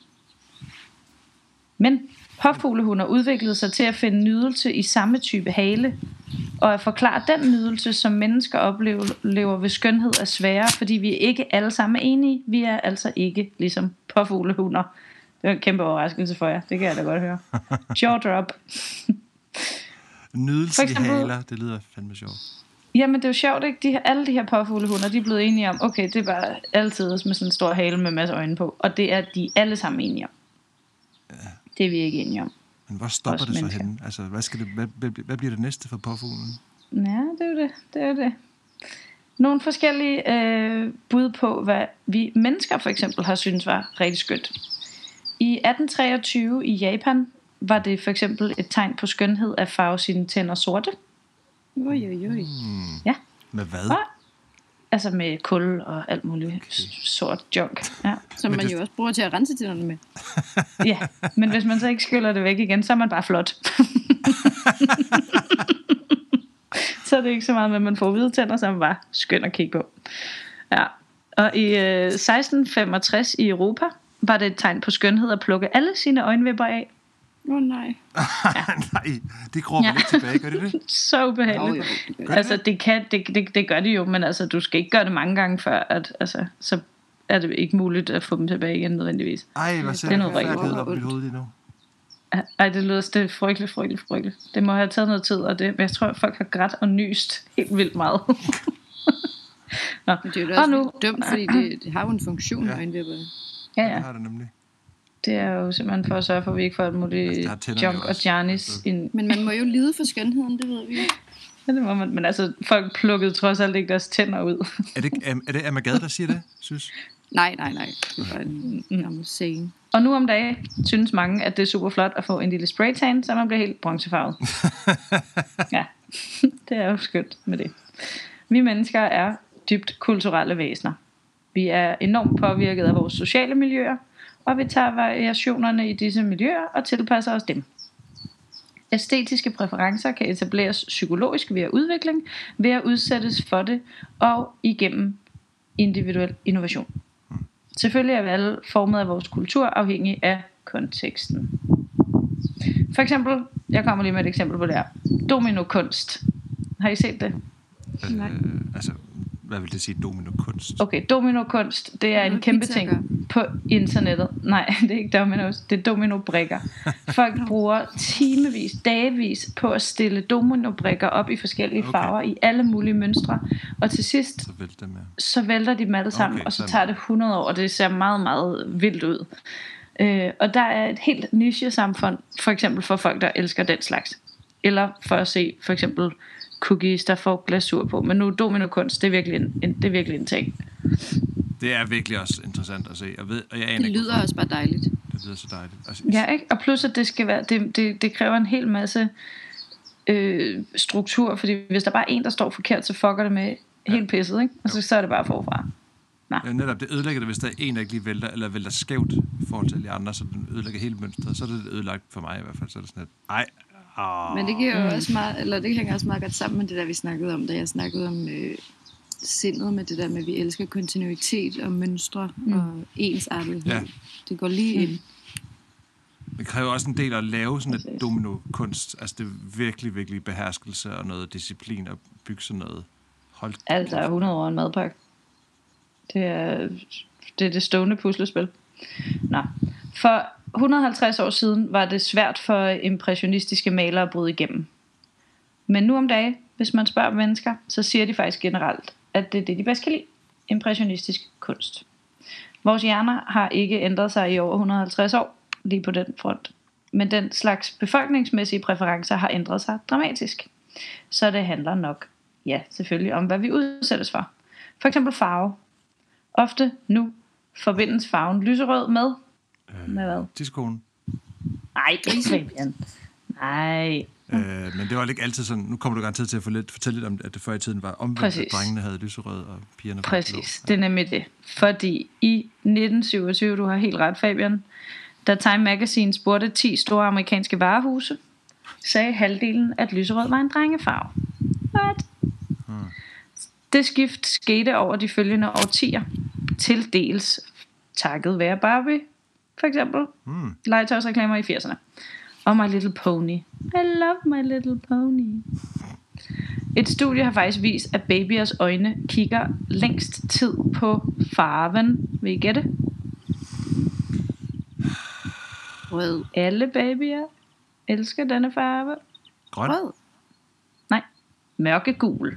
Men påfuglehunder udviklede sig til at finde nydelse i samme type hale, og at forklare den nydelse, som mennesker oplever ved skønhed, er sværere, fordi vi ikke alle sammen er enige. Vi er altså ikke ligesom påfuglehunder. Det var en kæmpe overraskelse for jer, det kan jeg da godt høre. Jaw drop. Nydelse i haler, det lyder fandme sjovt. Jamen det er jo sjovt, ikke? Alle de her påfuglehunder, de er blevet enige om, okay, det er bare altid med sådan en stor hale med masser af øjne på. Og det er de alle sammen enige om. Ja. Det er vi ikke enige om. Men hvor stopper det så henne? Altså, hvad bliver det næste for påfuglen? Ja, det er det. Nogle forskellige bud på, hvad vi mennesker for eksempel har syntes var rigtig skønt. I 1823 i Japan var det for eksempel et tegn på skønhed at farve sine tænder sorte. Ja. Med hvad? Altså med kul og alt muligt sort junk. Ja. Som man jo også bruger til at rense tænderne med. Ja, men hvis man så ikke skyller det væk igen, så er man bare flot. Så er det ikke så meget med, at man får hvide tænder, så er man bare skøn at kigge på. Ja. Og i 1665 i Europa var det et tegn på skønhed at plukke alle sine øjenvipper af. Nej. Ja. Nej, det gror man ikke tilbage, gør det? Så ubehageligt. Altså det gør det jo, men altså du skal ikke gøre det mange gange før, at altså så er det ikke muligt at få dem tilbage igen nødvendigvis. Ej, hvad siger du? Det er noget op i mit hoved lige nu. Ej, det lyder det frygteligt. Det må have taget noget tid, og det, men jeg tror at folk har grædt og nyst helt vildt meget. Nå. Men det er jo også nu dumt, fordi det har jo en funktion i øjenvipperne. Ja. Det har det nemlig. Det er jo simpelthen for at sørge for, at vi ikke får alt muligt junk og jarnis ind. Men man må jo lide for skønheden, det ved vi. Ja, det må man. Men altså, folk plukkede trods alt ikke deres tænder ud. Er det Amagad, der siger det, synes? Nej. Det er bare en gammel saying. Og nu om dagen synes mange, at det er super flot at få en lille spraytan, så man bliver helt bronzefarvet. Ja, det er jo skønt med det. Vi mennesker er dybt kulturelle væsener. Vi er enormt påvirket af vores sociale miljøer, og vi tager variationerne i disse miljøer og tilpasser os dem. Æstetiske præferencer kan etableres psykologisk via udvikling, ved at udsættes for det og igennem individuel innovation. Selvfølgelig er vi alle formet af vores kultur afhængig af konteksten. For eksempel, jeg kommer lige med et eksempel på det her. Dominokunst. Har I set det? Nej. Altså, hvad vil det sige, dominokunst? Okay, dominokunst, det er en kæmpe ting på internettet. Nej, det er ikke dominos, det er dominobrikker. Folk bruger timevis, dagevis på at stille dominobrikker op i forskellige farver, i alle mulige mønstre. Og til sidst, så vælter de dem alle sammen, og så tager det 100 år, og det ser meget, meget vildt ud. Og der er et helt niche-samfund, for eksempel for folk, der elsker den slags. Eller for at se, for eksempel cookies, der får glasur på. Men nu dominokunst, det er virkelig en ting. Det er virkelig også interessant at se. Og jeg det lyder også bare dejligt. Det lyder så dejligt. Altså, ja, ikke? Og plus at det skal være, det kræver en hel masse struktur, fordi hvis der bare er en, der står forkert, så fucker det med helt pisset, ikke? Og så er det bare forfra. Ja, netop, det ødelægger det, hvis der er en, der ikke lige vælter, eller vælter skævt i forhold til de andre, så den ødelægger hele mønstret. Så er det ødelagt for mig i hvert fald. Så er det sådan et, Men det giver jo også meget, eller det hænger også meget godt sammen med det der, vi snakkede om, da jeg snakkede om sindet med det der med, at vi elsker kontinuitet og mønstre og ensartethed. Ja. Det går lige ind. Det kræver også en del at lave sådan et dominokunst. Altså det er virkelig, virkelig beherskelse og noget disciplin at bygge sådan noget. Altså 100 år en madpakke. Det er det stående puslespil. Nå. For 150 år siden var det svært for impressionistiske malere at bryde igennem. Men nu om dagen, hvis man spørger mennesker, så siger de faktisk generelt, at det er det, de bedst kan lide. Impressionistisk kunst. Vores hjerner har ikke ændret sig i over 150 år, lige på den front. Men den slags befolkningsmæssige præferencer har ændret sig dramatisk. Så det handler nok, ja, selvfølgelig om, hvad vi udsættes for. For eksempel farve. Ofte nu forbindes farven lyserød med hvad? Diskoen. Nej, Fabian. Nej. Men det var ikke altid sådan. Nu kommer du garanteret til at fortælle lidt om, at det før i tiden var omvendt, at drengene havde lyserød og pigerne var Præcis, det er nemlig det. Fordi i 1927, du har helt ret, Fabian, da Time Magazine spurgte 10 store amerikanske varehuse, sagde halvdelen, at lyserød var en drengefarve. What? Det skift skete over de følgende årtier. Til dels takket være Barbie, for eksempel. Legetøjsreklamer i 80'erne. Og My Little Pony. I love My Little Pony. Et studie har faktisk vist, at babyers øjne kigger længst tid på farven. Vil I gætte? Rød. Alle babyer elsker denne farve. Grøn? Rød. Nej, mørkegul.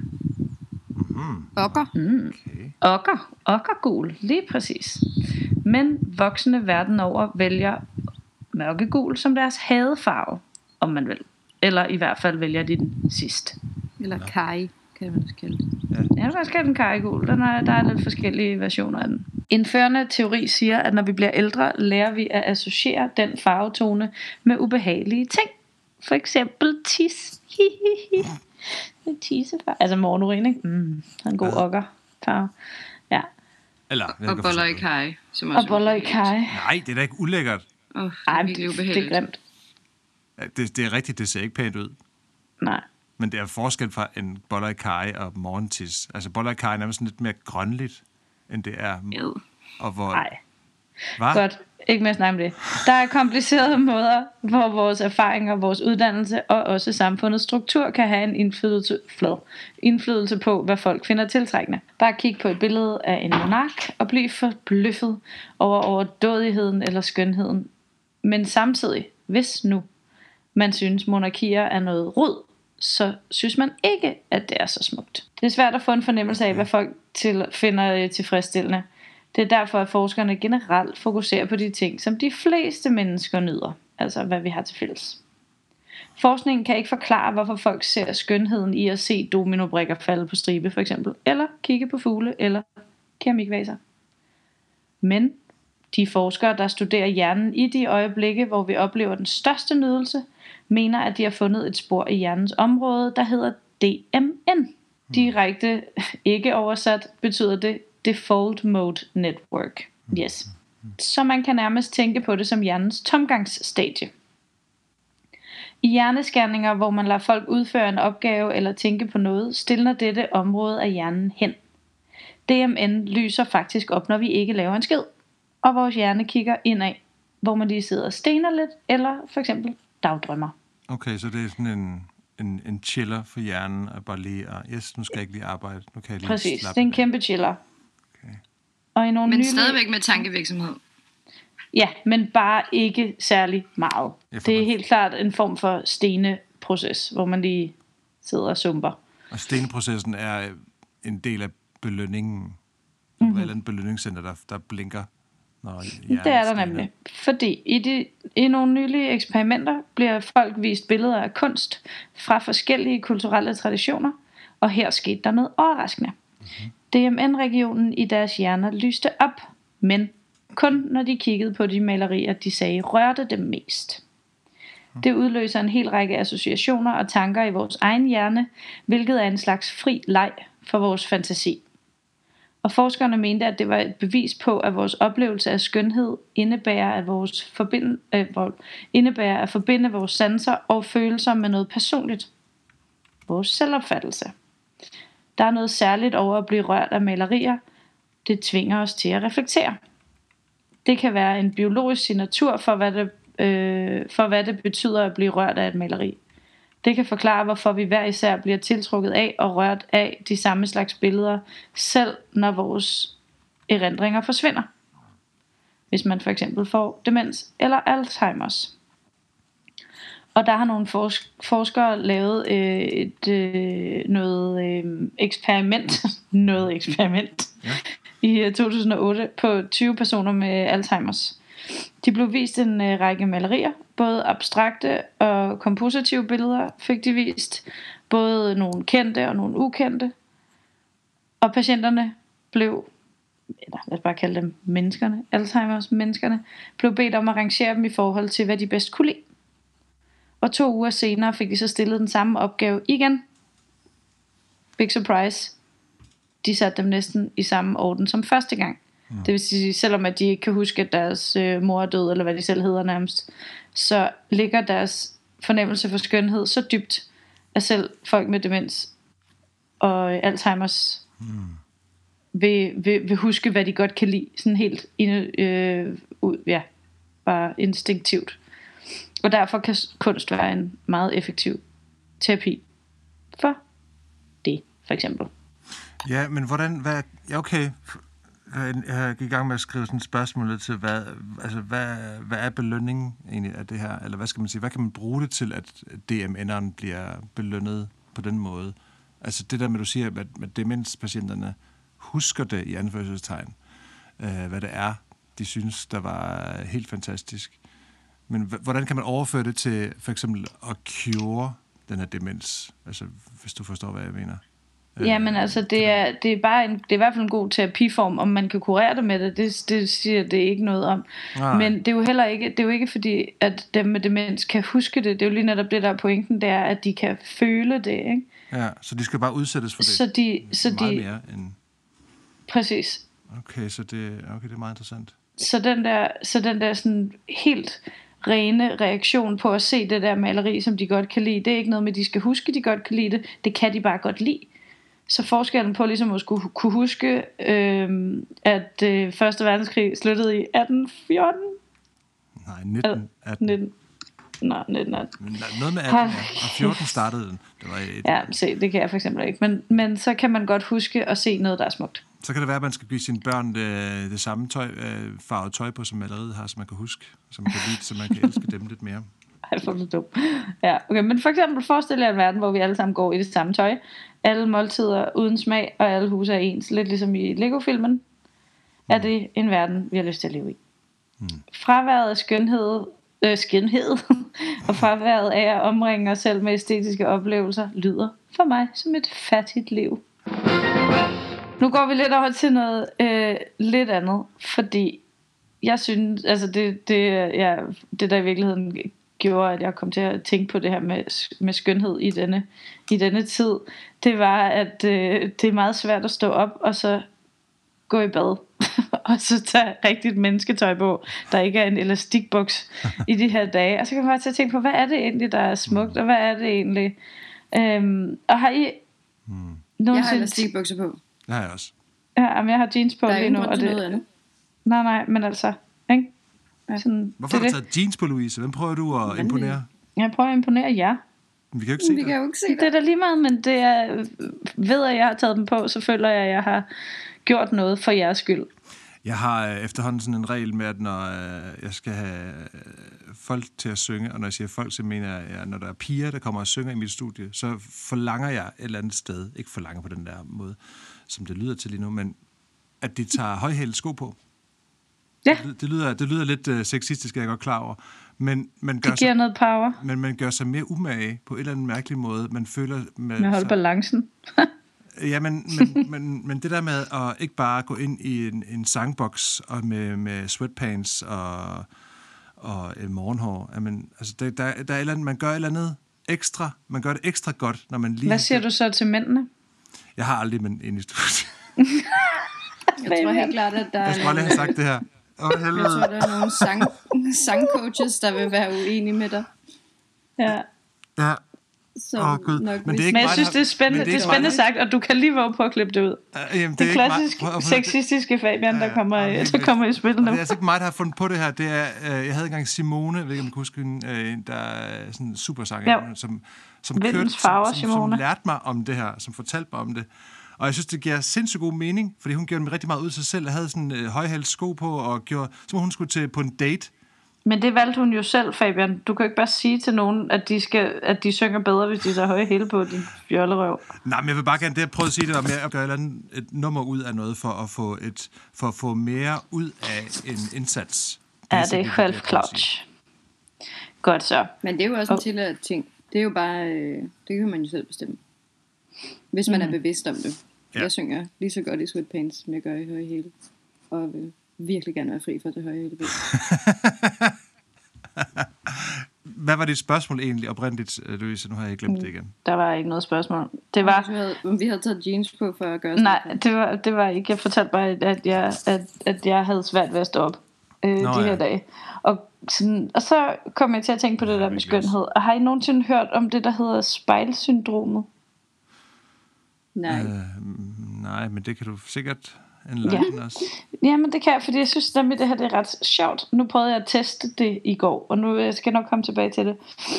Okker. Okay. Okkergul, lige præcis. Men voksne verden over vælger mørkegul som deres hadefarve, om man vil. Eller i hvert fald vælger de den sidst. Eller kaj, kan man også kalde det. Ja, du kan også kalde den kajegul. Der er lidt forskellige versioner af den. En førende teori siger, at når vi bliver ældre, lærer vi at associere den farvetone med ubehagelige ting. For eksempel tis. Tissefarve. Altså morgenurin, ikke? Så en god okkerfarve. Ja. Eller, Og boller i kaj. Og boller i kaj. Nej, det er da ikke ulækkert. Det er virkelig ubehageligt. Det er grimt. Ja, det er rigtigt, det ser ikke pænt ud. Nej. Men det er forskel fra en boller i kaj og morgentis. Altså boller i kaj er nærmest lidt mere grønligt, end det er. Og hvor... Nej. Hvad? Godt. Ikke mere snakke om det. Der er komplicerede måder, hvor vores erfaringer, vores uddannelse og også samfundets struktur kan have en indflydelse på, hvad folk finder tiltrækkende. Bare kig på et billede af en monark og bliv forbløffet over overdådigheden eller skønheden. Men samtidig, hvis nu man synes monarkier er noget rod, så synes man ikke, at det er så smukt. Det er svært at få en fornemmelse af, hvad folk finder tilfredsstillende. Det er derfor, at forskerne generelt fokuserer på de ting, som de fleste mennesker nyder. Altså hvad vi har til fælles. Forskningen kan ikke forklare, hvorfor folk ser skønheden i at se dominobrikker falde på stribe for eksempel. Eller kigge på fugle eller keramikvaser. Men de forskere, der studerer hjernen i de øjeblikke, hvor vi oplever den største nydelse, mener, at de har fundet et spor i hjernens område, der hedder DMN. Direkte ikke oversat betyder det Default Mode Network. Yes. Så man kan nærmest tænke på det som hjernens tomgangsstadie. I hjerneskanninger, hvor man lader folk udføre en opgave eller tænke på noget, stilner dette område af hjernen hen. DMN lyser faktisk op, når vi ikke laver en skid, og vores hjerne kigger indad, hvor man lige sidder og stener lidt, eller for eksempel dagdrømmer. Okay, så det er sådan en chiller for hjernen, og bare lige, nu skal jeg ikke lige arbejde, nu kan jeg lige Præcis, slappe det er en af. kæmpe chiller. Okay. Og i nogle Men nylige... stadigvæk med tankevirksomhed. Ja, men bare ikke særlig meget. Ja, Det er helt klart en form for steneproces, hvor man lige sidder og sumper. Og steneprocessen er en del af belønningen. Eller en belønningscenter, der blinker, når hjernen Det er der stener. nemlig. Fordi i nogle nylige eksperimenter bliver folk vist billeder af kunst fra forskellige kulturelle traditioner, og her skete der noget overraskende. DMN-regionen i deres hjerner lyste op, men kun når de kiggede på de malerier, de sagde rørte dem mest. Det udløser en hel række associationer og tanker i vores egen hjerne, hvilket er en slags fri leg for vores fantasi. Og forskerne mente, at det var et bevis på, at vores oplevelse af skønhed indebærer at forbinde vores sanser og følelser med noget personligt. Vores selvopfattelse. Der er noget særligt over at blive rørt af malerier. Det tvinger os til at reflektere. Det kan være en biologisk signatur for hvad det betyder at blive rørt af et maleri. Det kan forklare, hvorfor vi hver især bliver tiltrukket af og rørt af de samme slags billeder, selv når vores erindringer forsvinder. Hvis man for eksempel får demens eller Alzheimers. Og der har nogle forskere lavet noget eksperiment i 2008 på 20 personer med Alzheimers. De blev vist en række malerier, både abstrakte og kompositive billeder fik de vist, både nogle kendte og nogle ukendte. Og patienterne blev, eller lad os bare kalde dem menneskerne, Alzheimers menneskerne, blev bedt om at rangere dem i forhold til, hvad de bedst kunne lide. Og 2 uger senere fik de så stillet den samme opgave igen. Big surprise. De satte dem næsten i samme orden som første gang. Det vil sige, selvom at de ikke kan huske, at deres mor er død, eller hvad de selv hedder nærmest, så ligger deres fornemmelse for skønhed så dybt, at selv folk med demens og Alzheimers vil huske, hvad de godt kan lide. Sådan helt bare instinktivt. Og derfor kan kunst være en meget effektiv terapi for det, for eksempel. Ja, men hvordan... Okay, jeg gik i gang med at skrive sådan et spørgsmål til, hvad er belønningen egentlig af det her? Eller hvad skal man sige? Hvad kan man bruge det til, at DMN'eren bliver belønnet på den måde? Altså det der med, du siger, at demenspatienterne husker det i anførselstegn, hvad det er, de synes, der var helt fantastisk. Men hvordan kan man overføre det til for eksempel at cure den her demens? Altså, hvis du forstår, hvad jeg mener. Ja, men altså, det er i hvert fald en god terapiform. Om man kan kurere det med det siger det ikke noget om. Nej. Men det er jo heller ikke, det er jo ikke fordi, at dem med demens kan huske det. Det er jo lige netop det, der er pointen, det er, at de kan føle det, ikke? Ja, så de skal bare udsættes for det. Meget mere end... Præcis. Okay, så det er meget interessant. Så den der sådan helt rene reaktion på at se det der maleri, som de godt kan lide, det er ikke noget med, at de skal huske, de godt kan lide det. Det kan de bare godt lide. Så forskellen på ligesom at skulle kunne huske, at 1. verdenskrig sluttede i 1814? Nej, 1918. Nej, 1918. Noget med 18, ja. Og 14 startede den. Det var ja, se, det kan jeg for eksempel ikke. Men så kan man godt huske at se noget, der er smukt. Så kan det være, at man skal give sine børn det samme farvet tøj på, som maleriet har, så man kan huske, så man kan lide, så man kan elske dem lidt mere. Ej, for det dumt. Ja, okay, men for eksempel forestil jer en verden, hvor vi alle sammen går i det samme tøj. Alle måltider uden smag, og alle huse er ens. Lidt ligesom i Lego-filmen. Er det en verden, vi har lyst til at leve i. Fraværet af skønhed og fraværet af at omringe os selv med æstetiske oplevelser lyder for mig som et fattigt liv. Nu går vi lidt over til noget lidt andet, fordi jeg synes, altså det der i virkeligheden gjorde, at jeg kom til at tænke på det her med skønhed i denne tid, det var, at det er meget svært at stå op og så gå i bad og så tage rigtigt mennesketøj på, der ikke er en elastikbuks i de her dage. Og så kan man bare til at tænke på, hvad er det egentlig, der er smukt, og hvad er det egentlig? Og har I Jeg har elastikbukser på. Det har jeg også. Ja, men jeg har jeans på lige nu. Der er ikke noget andet. Nej, men altså, ikke? Sådan, hvorfor har du taget jeans på, Louise? Hvem prøver du at imponere? Jeg prøver at imponere jer. Vi kan jo ikke se det. Det er da lige meget, men det er ved at jeg har taget dem på, så føler jeg, at jeg har gjort noget for jeres skyld. Jeg har efterhånden sådan en regel med, at når jeg skal have folk til at synge, og når jeg siger folk, så mener jeg, når der er piger, der kommer og synger i mit studie, så forlanger jeg et eller andet sted, ikke forlanger på den der måde, som det lyder til lige nu, men at de tager højhælede sko på. Ja. Det lyder lidt sexistisk, jeg er godt klar over. Men man gør det giver noget power. Men man gør sig mere umage på en eller anden mærkelig måde. Man føler... Med at holde balancen. Ja, men det der med at ikke bare gå ind i en sangboks og med sweatpants og morgenhår. Jamen, altså der er et eller andet, man gør et eller andet ekstra. Man gør det ekstra godt, når man lige... Hvad siger du så til mændene? Jeg har aldrig mænd inde i studiet. Jeg tror helt klart, at der er... Jeg skulle aldrig have sagt det her. Jeg tror, der er nogle sangcoaches, der vil være uenige med dig. Ja. Ja. Gud. Men det er ikke jeg synes, det er spændende, det er spændende sagt, og du kan lige våge på at klippe det ud. Jamen, det er klassisk sexistiske Fabian, der kommer i spil nu. Det er altså ikke mig, der har fundet på det her. Det er, jeg havde engang Simone, jeg ved ikke, om du kan huske hende, der er sådan en supersanger, som lærte mig om det her, som fortalte mig om det. Og jeg synes, det giver sindssygt god mening, fordi hun gjorde mig rigtig meget ud af sig selv. Jeg havde sådan højhældt sko på, og gjorde, som hun skulle til på en date Men det valgte hun jo selv, Fabian. Du kan jo ikke bare sige til nogen, at de synger bedre, hvis de tager høje hele på din fjollerøv. Nej, men jeg vil bare gerne det, jeg prøvede at sige, det var med at gøre et nummer ud af noget, for at få mere ud af en indsats. Ja, det er selvklart. Godt så. Men det er jo også en tilladt ting. Det er jo bare, det kan man jo selv bestemme. Hvis man er bevidst om det. Ja. Jeg synger lige så godt i sweatpants, som jeg gør i høje hæle. Og vil virkelig gerne være fri for det høje hæle. Hvad var dit spørgsmål egentlig oprindeligt, Louise? Nu har jeg glemt det igen. Der var ikke noget spørgsmål. Det var... Om vi havde taget jeans på for at gøre sådan. Nej, det var ikke. Jeg fortalte bare, at jeg havde svært ved at stå op de her dage. Og så kom jeg til at tænke på det der med skønhed. Og har I nogensinde hørt om det, der hedder spejlsyndromet? Nej. Nej, men det kan du sikkert enlighten os. Ja, men det kan jeg, fordi jeg synes nemlig, det her det er ret sjovt. Nu prøvede jeg at teste det i går, og nu skal jeg nok komme tilbage til det.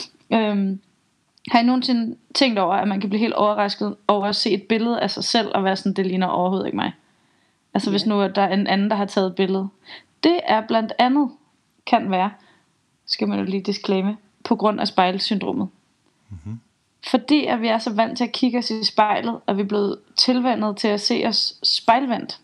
Har I nogensinde tænkt over, at man kan blive helt overrasket over at se et billede af sig selv, og være sådan, det ligner overhovedet ikke mig? Altså hvis nu der er en anden, der har taget et billede. Det er blandt andet, kan være, skal man jo lige disclaimer, på grund af spejlsyndromet. Mm-hmm. Fordi at vi er så vant til at kigge os i spejlet, at vi er blevet tilvænnet til at se os spejlvendt.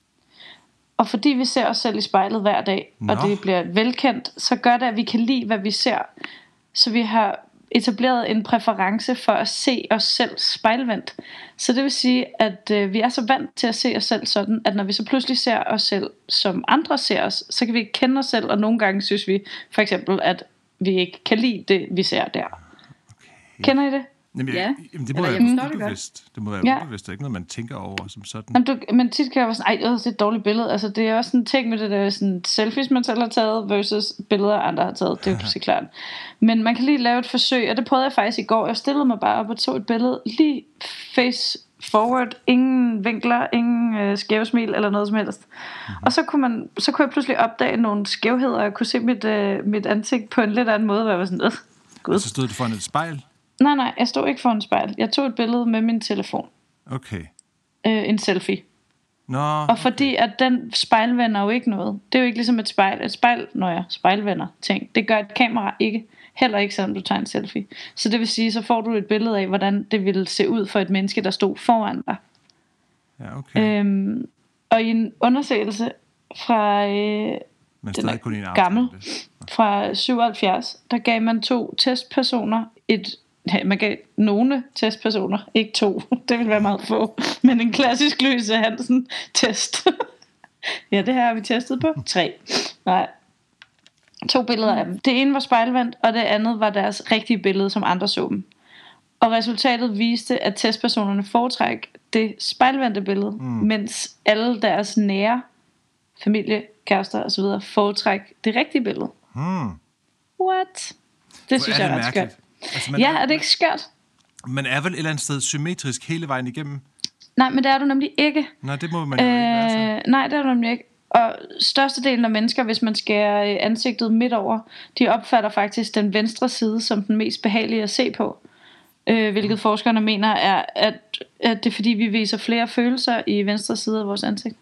Og fordi vi ser os selv i spejlet hver dag, og det bliver velkendt, så gør det, at vi kan lide, hvad vi ser. Så vi har etableret en præference for at se os selv spejlvendt. Så det vil sige, at vi er så vant til at se os selv sådan, at når vi så pludselig ser os selv, som andre ser os, så kan vi ikke kende os selv, og nogle gange synes vi for eksempel, at vi ikke kan lide det, vi ser der. Okay. Kender I det? Jamen, det må være ubevidst. Det må være ubevidst. Det er ikke noget, man tænker over som sådan. Men tit kan jeg være sådan, det er et dårligt billede. Altså, det er også en ting med det der sådan, selfies, man selv har taget, versus billeder, andre har taget. Det er jo så klart. Men man kan lige lave et forsøg, og det prøvede jeg faktisk i går. Jeg stillede mig bare op og tog et billede, lige face forward, ingen vinkler, ingen skævsmil eller noget som helst. Mm-hmm. Og så kunne jeg pludselig opdage nogle skævheder, og jeg kunne se mit ansigt på en lidt anden måde, hvor jeg var sådan, gud. Og så stod du foran et spejl? Nej, jeg stod ikke foran et spejl. Jeg tog et billede med min telefon. Okay. En selfie. Nå. Og fordi at den spejlvender jo ikke noget. Det er jo ikke ligesom et spejl. Et spejl, spejlvender ting. Det gør et kamera ikke. Heller ikke selvom du tager en selfie. Så det vil sige, så får du et billede af, hvordan det ville se ud for et menneske, der stod foran dig. Ja, okay. Og i en undersøgelse fra den er gammel, fra 77, der gav man 2 testpersoner man gav nogle testpersoner, ikke 2, det ville være meget få, men en klassisk Louise Hansen test. Ja, det her har vi testet på 3. Nej, 2 billeder af dem. Det ene var spejlvendt, og det andet var deres rigtige billede, som andre så dem. Og resultatet viste, at testpersonerne foretræk det spejlvendte billede, mens alle deres nære familie, kærester osv. foretræk det rigtige billede. What? Det synes jeg er ret skørt. Altså, er det ikke skørt? Man er vel et eller andet sted symmetrisk hele vejen igennem? Nej, men det er du nemlig ikke. Nej, det må man jo ikke være så. Nej, det er du nemlig ikke. Og størstedelen af mennesker, hvis man skærer ansigtet midt over, de opfatter faktisk den venstre side som den mest behagelige at se på. Hvilket forskerne mener er, at det er fordi, vi viser flere følelser i venstre side af vores ansigt.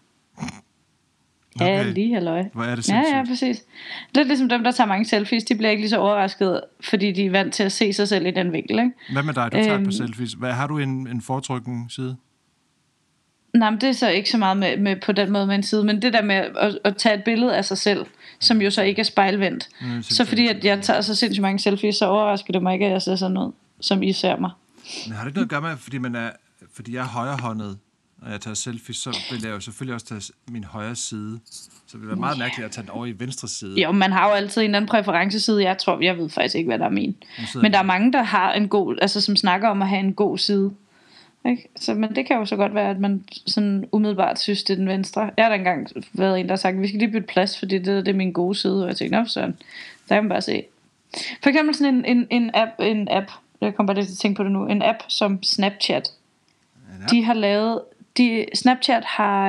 Okay. Ja, lige halløj. Hvor er det sindssygt. Ja, præcis. Det er ligesom dem, der tager mange selfies. De bliver ikke lige så overrasket, fordi de er vant til at se sig selv i den vinkel, ikke? Hvad med dig? Du tager på selfies. Har du en foretrykken side? Nej, men det er så ikke så meget med på den måde med en side. Men det der med at tage et billede af sig selv, som jo så ikke er spejlvendt. Så fordi at jeg tager så sindssygt mange selfies, så overrasker det mig ikke, at jeg ser sådan noget, som I ser mig. Men har det ikke noget at gøre med, fordi jeg er højrehåndet, når jeg tager selfies, så vil jeg jo selvfølgelig også tage min højre side. Så det vil være meget mærkeligt at tage den over i venstre side. Jo, man har jo altid en anden præferenceside. Jeg ved faktisk ikke, hvad der er min. Men der er mange, der har en god, altså som snakker om at have en god side. Ikke? Så, men det kan jo så godt være, at man sådan umiddelbart synes, det er den venstre. Jeg har da engang været en, der har sagt, at vi skal lige bytte plads, fordi det er min gode side. Og jeg tænkte, sådan, der kan man bare se. For eksempel sådan en app, jeg kommer bare lidt til at tænke på det nu, en app som Snapchat. De har lavet, Snapchat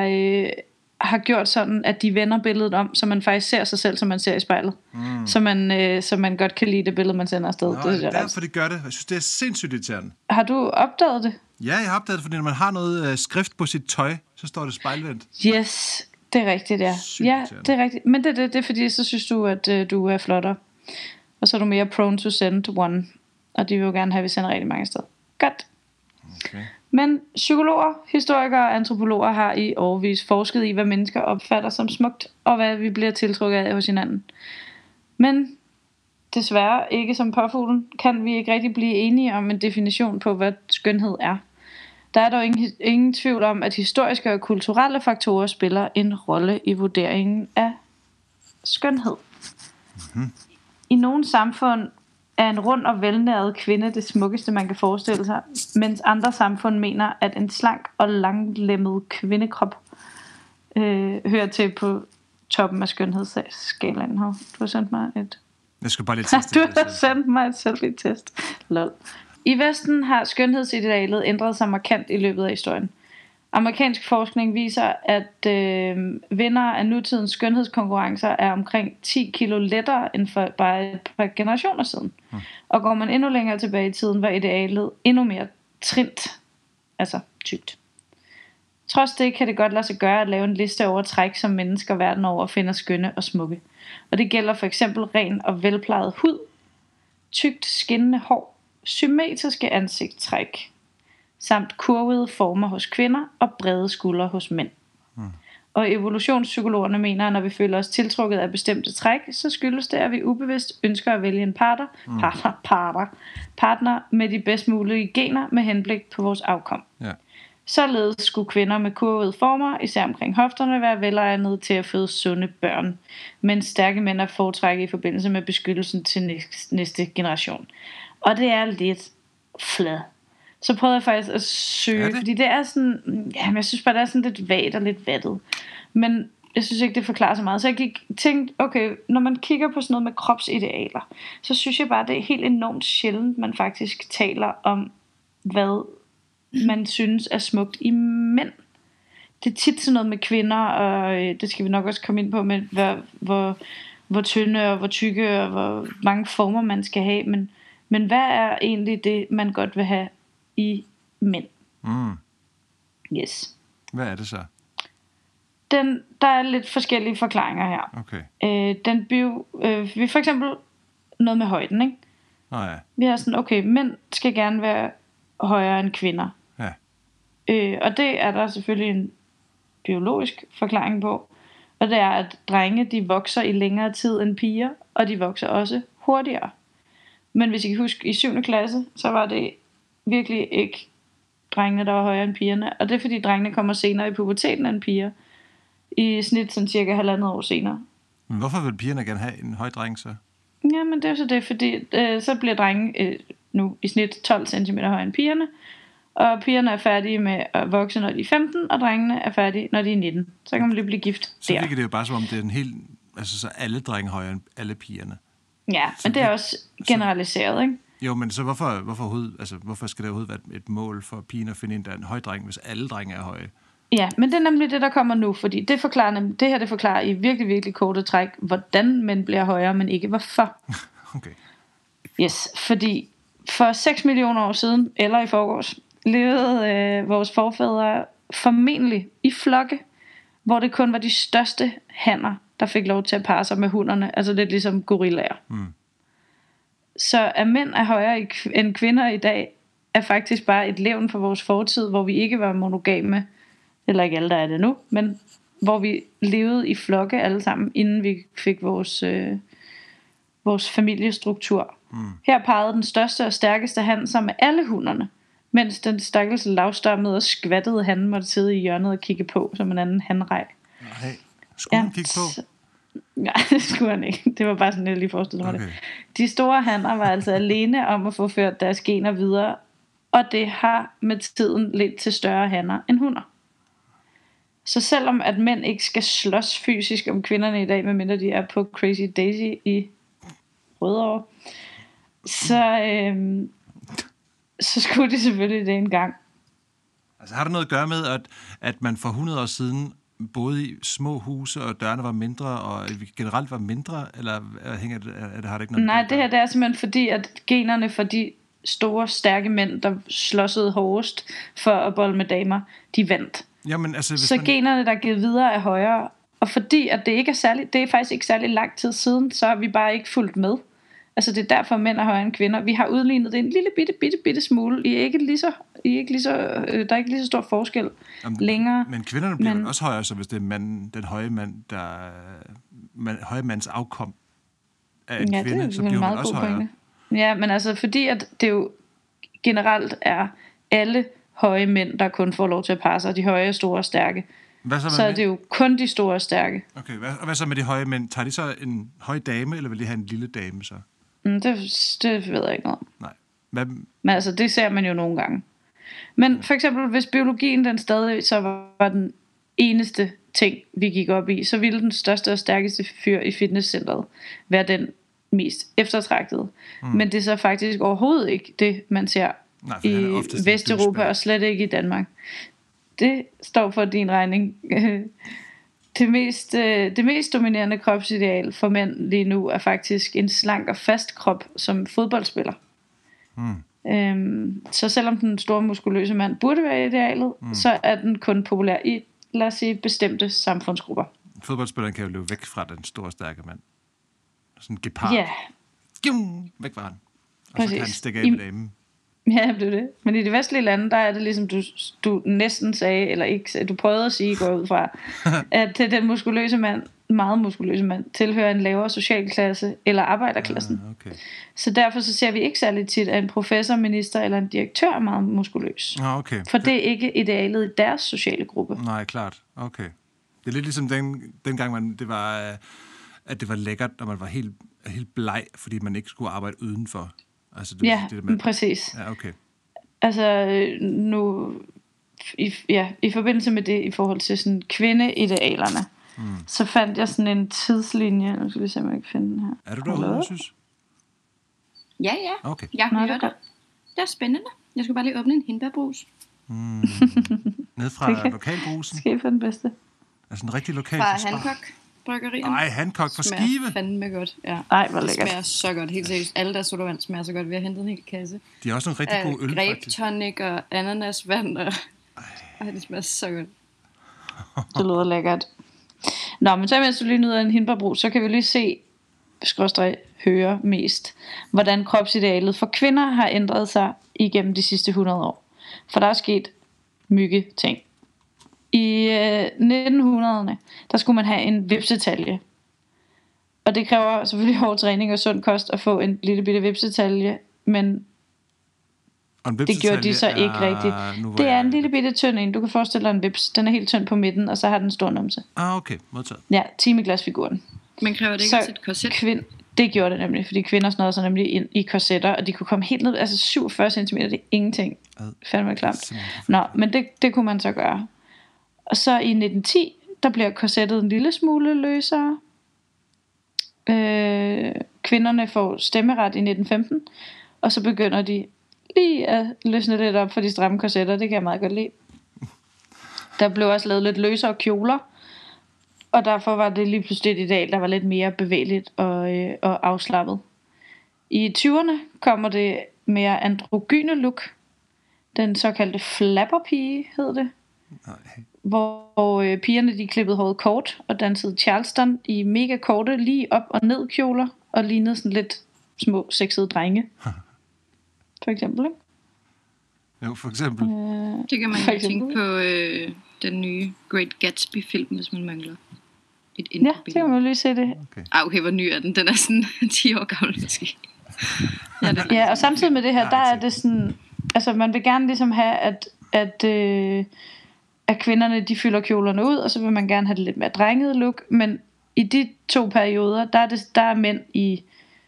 har gjort sådan, at de vender billedet om, så man faktisk ser sig selv, som man ser i spejlet. Så man godt kan lide det billede, man sender afsted. Nå, det er derfor, det gør det. Jeg synes, det er sindssygt irriterende. Har du opdaget det? Ja, jeg har opdaget det, fordi når man har noget skrift på sit tøj, så står det spejlvendt. Yes, Det er rigtigt, ja. Ja, det er rigtigt. Men det er fordi, så synes du, at du er flottere. Og så er du mere prone to send one. Og de vil jo gerne have, at vi sender rigtig mange steder. Godt. Okay. Men psykologer, historikere og antropologer har i årevis forsket i, hvad mennesker opfatter som smukt, og hvad vi bliver tiltrukket af hos hinanden. Men desværre ikke som påfuglen, kan vi ikke rigtig blive enige om en definition på, hvad skønhed er. Der er dog ingen tvivl om, at historiske og kulturelle faktorer spiller en rolle i vurderingen af skønhed. Mm-hmm. I nogle samfund er en rund og velnæret kvinde det smukkeste, man kan forestille sig, mens andre samfund mener, at en slank og langlemmet kvindekrop hører til på toppen af skønhedsskalaen. Du har sendt mig et... Jeg skal bare lige teste. Du har sendt mig et selfie-test. Lol. I Vesten har skønhedsidealet ændret sig markant i løbet af historien. Amerikansk forskning viser, at vindere af nutidens skønhedskonkurrencer er omkring 10 kilo lettere end for bare et par generationer siden. Og går man endnu længere tilbage i tiden, var idealet endnu mere trint, altså tykt. Trods det kan det godt lade sig gøre at lave en liste over træk, som mennesker verden over finder skønne og smukke. Og det gælder for eksempel ren og velplejet hud, tykt skinnende hår, symmetriske ansigtstræk, samt kurvede former hos kvinder og brede skuldre hos mænd. Og evolutionspsykologerne mener, at når vi føler os tiltrukket af bestemte træk, så skyldes det, at vi ubevidst ønsker at vælge en partner med de bedst mulige gener med henblik på vores afkom. Ja. Således skulle kvinder med kurvede former, især omkring hofterne, være velegnede til at føde sunde børn, mens stærke mænd er foretrækket i forbindelse med beskyttelsen til næste generation. Og det er lidt flad. Så prøvede jeg faktisk at søge, fordi det er sådan, jeg synes bare, det er sådan lidt vagt og lidt vattet. Men jeg synes ikke, det forklarer så meget. Så jeg tænkte, okay, når man kigger på sådan noget med kropsidealer, så synes jeg bare, det er helt enormt sjældent, man faktisk taler om, hvad man synes er smukt i mænd. Det er tit sådan noget med kvinder, og det skal vi nok også komme ind på, med hvor tynde og hvor tykke og hvor mange former man skal have. Men hvad er egentlig det, man godt vil have i mænd? Yes. Hvad er det så? Der er lidt forskellige forklaringer her. Okay. Vi for eksempel noget med højden, ikke? Ja. Vi har sådan, okay, mænd skal gerne være højere end kvinder. Ja. Og det er der selvfølgelig en biologisk forklaring på. Og det er, at drenge, de vokser i længere tid end piger, og de vokser også hurtigere. Men hvis I kan huske, i 7. klasse, så var det virkelig ikke drengene, der var højere end pigerne. Og det er fordi drengene kommer senere i puberteten end piger. I snit sådan cirka 1,5 år senere. Men hvorfor vil pigerne gerne have en høj dreng så? Jamen det er jo så det, fordi så bliver drenge nu i snit 12 cm højere end pigerne. Og pigerne er færdige med at vokse, når de er 15, og drengene er færdige, når de er 19. Så kan man lige blive gift så der. Så det jo bare som om, det er en helt, altså så alle drenge højere end alle pigerne. Ja, så men det er også generaliseret, ikke? Jo, men så hvorfor skal det overhovedet være et mål for pigen at finde en høj dreng, hvis alle drenge er høje? Ja, men det er nemlig det, der kommer nu, fordi det forklarer i virkelig, virkelig korte træk, hvordan mænd bliver højere, men ikke hvorfor. Okay. Yes, fordi for 6 millioner år siden, eller i forgårs, levede vores forfædre formentlig i flokke, hvor det kun var de største hanner, der fik lov til at parre sig med hunderne, altså lidt ligesom gorillaer. Så at mænd er højere end kvinder i dag, er faktisk bare et levn for vores fortid, hvor vi ikke var monogame, eller ikke alle, der er det nu, men hvor vi levede i flokke alle sammen, inden vi fik vores familiestruktur. Her parrede den største og stærkeste han sammen med alle hunderne, mens den stakkels lavstammede og skvattede han måtte sidde i hjørnet og kigge på som en anden hanrej. Nej, skulle han kigge på? Nej, det skulle han ikke. Det var bare sådan, jeg lige forestillede mig det. De store hanner var altså alene om at få ført deres gener videre, og det har med tiden ledt til større hanner end hunner. Så selvom at mænd ikke skal slås fysisk om kvinderne i dag, medmindre de er på Crazy Daisy i Rødovre, så skulle de selvfølgelig det engang. Altså har det noget at gøre med, at man for 100 år siden boede i små huse, og dørene var mindre, og generelt var mindre, eller har det ikke noget? Nej, det her det er simpelthen fordi, at generne for de store, stærke mænd, der slåsede hårdest for at bolle med damer, de vandt. Jamen, altså, så generne, der er givet videre, er højere, Og fordi at det er faktisk ikke særlig lang tid siden, så har vi bare ikke fulgt med. Altså det er derfor mænd er højere end kvinder. Vi har udlignet det en lille bitte smule. Der er ikke lige så stor forskel længere. Men kvinderne bliver vel også højere, så hvis det er den høje mand, høje mands afkom af en kvinde, så bliver hun også højere. Pointe. Ja, men altså fordi at det jo generelt er alle høje mænd, der kun får lov til at parre sig, de høje, store og stærke. Så er det jo kun de store og stærke. Okay, hvad så med de høje mænd? Tager de så en høj dame, eller vil de have en lille dame så? Det ved jeg ikke noget om. Nej. Men altså, det ser man jo nogle gange. Men for eksempel, hvis biologien den stadig så var den eneste ting, vi gik op i, så ville den største og stærkeste fyr i fitnesscenteret være den mest eftertragtede. Men det er så faktisk overhovedet ikke det, man ser i Vesteuropa, og slet ikke i Danmark. Det står for din regning. Det mest dominerende kropsideal for mænd lige nu er faktisk en slank og fast krop som fodboldspiller. Så selvom den store muskuløse mand burde være idealet, så er den kun populær i, lad os sige, bestemte samfundsgrupper. Fodboldspilleren kan jo løbe væk fra den store stærke mand. Sådan en gepard. Ja. Væk fra han. Og præcis. Så kan han stikke af med damen. Ja, det er det. Men i de vestlige lande, der er det ligesom du næsten sagde, eller ikke, du prøvede at sige, går ud fra, at den muskuløse mand, meget muskuløse mand, tilhører en lavere socialklasse eller arbejderklassen. Okay. Så derfor så ser vi ikke særlig tit, at en professor, minister eller en direktør er meget muskuløs. Okay. For det er ikke idealet i deres sociale gruppe. Nej, klart. Okay. Det er lidt ligesom dengang, det var lækkert, når man var helt bleg, fordi man ikke skulle arbejde udenfor. Altså, præcis. Ja, okay. Altså nu i forbindelse med det, i forhold til sådan kvindeidealerne, så fandt jeg sådan en tidslinje. Nu skal vi se, om jeg kan finde den her. Er du derude, synes? Ja. Okay. Jeg hører det. Det er spændende. Jeg skal bare lige åbne en hindbærbrus. Ned fra lokalbrusen. Skal I få den bedste? Altså en rigtig lokal. Fra Hancock bryggerierne. Nej, Hancock fra Skive. Smager fandme godt. Ja. Ej, hvor lækkert. Det smager så godt, helt seriøst. Alle deres sodavand smager så godt. Vi har hentet en hel kasse. De har også en rigtig god øl, faktisk. Grapetonic og ananasvand. Det smager så godt. Det lyder lækkert. Nå, men så mens du lige nyder en hindbærbrus, så kan vi lige se, høre mest, hvordan kropsidealet for kvinder har ændret sig igennem de sidste 100 år. For der er sket mygge ting. I 1900'erne, der skulle man have en vipsetalje. Og det kræver selvfølgelig hård træning og sund kost at få en lille bitte vipsetalje, men det gjorde de så ikke rigtigt. Det er en lille bitte tynd en. Du kan forestille dig en vips. Den er helt tynd på midten, og så har den en stor numse. Okay, modtaget. Ja, timeglasfiguren. Men kræver det ikke også et korset? Det gjorde det nemlig, fordi kvinder snød sig nemlig ind i korsetter, og de kunne komme helt ned, altså 47 cm, det er ingenting. Fandme klamt. Nå, men det kunne man så gøre. Og så i 1910, der bliver korsettet en lille smule løsere. Kvinderne får stemmeret i 1915, og så begynder de lige at løsne lidt op for de stramme korsetter. Det kan jeg meget godt lide. Der blev også lavet lidt løsere kjoler, og derfor var det lige pludselig et ideal, der var lidt mere bevægeligt og afslappet. I 20'erne kommer det mere androgyne look. Den såkaldte flapperpige hed det. Nej. Hvor pigerne de klippede håret kort og dansede Charleston i mega korte lige op og ned kjoler og lignede sådan lidt små sexede drenge. For eksempel, ikke? Jo, for eksempel. Det kan man jo tænke på den nye Great Gatsby-film, hvis man mangler et indre billede. Ja, så kan man lige se det. Okay, hvor ny er den? Den er sådan 10 år gammel måske. Ja, og samtidig med det her, der er det sådan, altså man vil gerne ligesom have, at kvinderne de fylder kjolerne ud, og så vil man gerne have det lidt mere drenget look, men i de to perioder, der er mænd i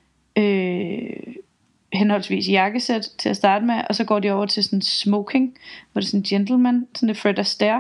henholdsvis jakkesæt til at starte med, og så går de over til sådan smoking, hvor det er sådan en gentleman, sådan et Fred Astaire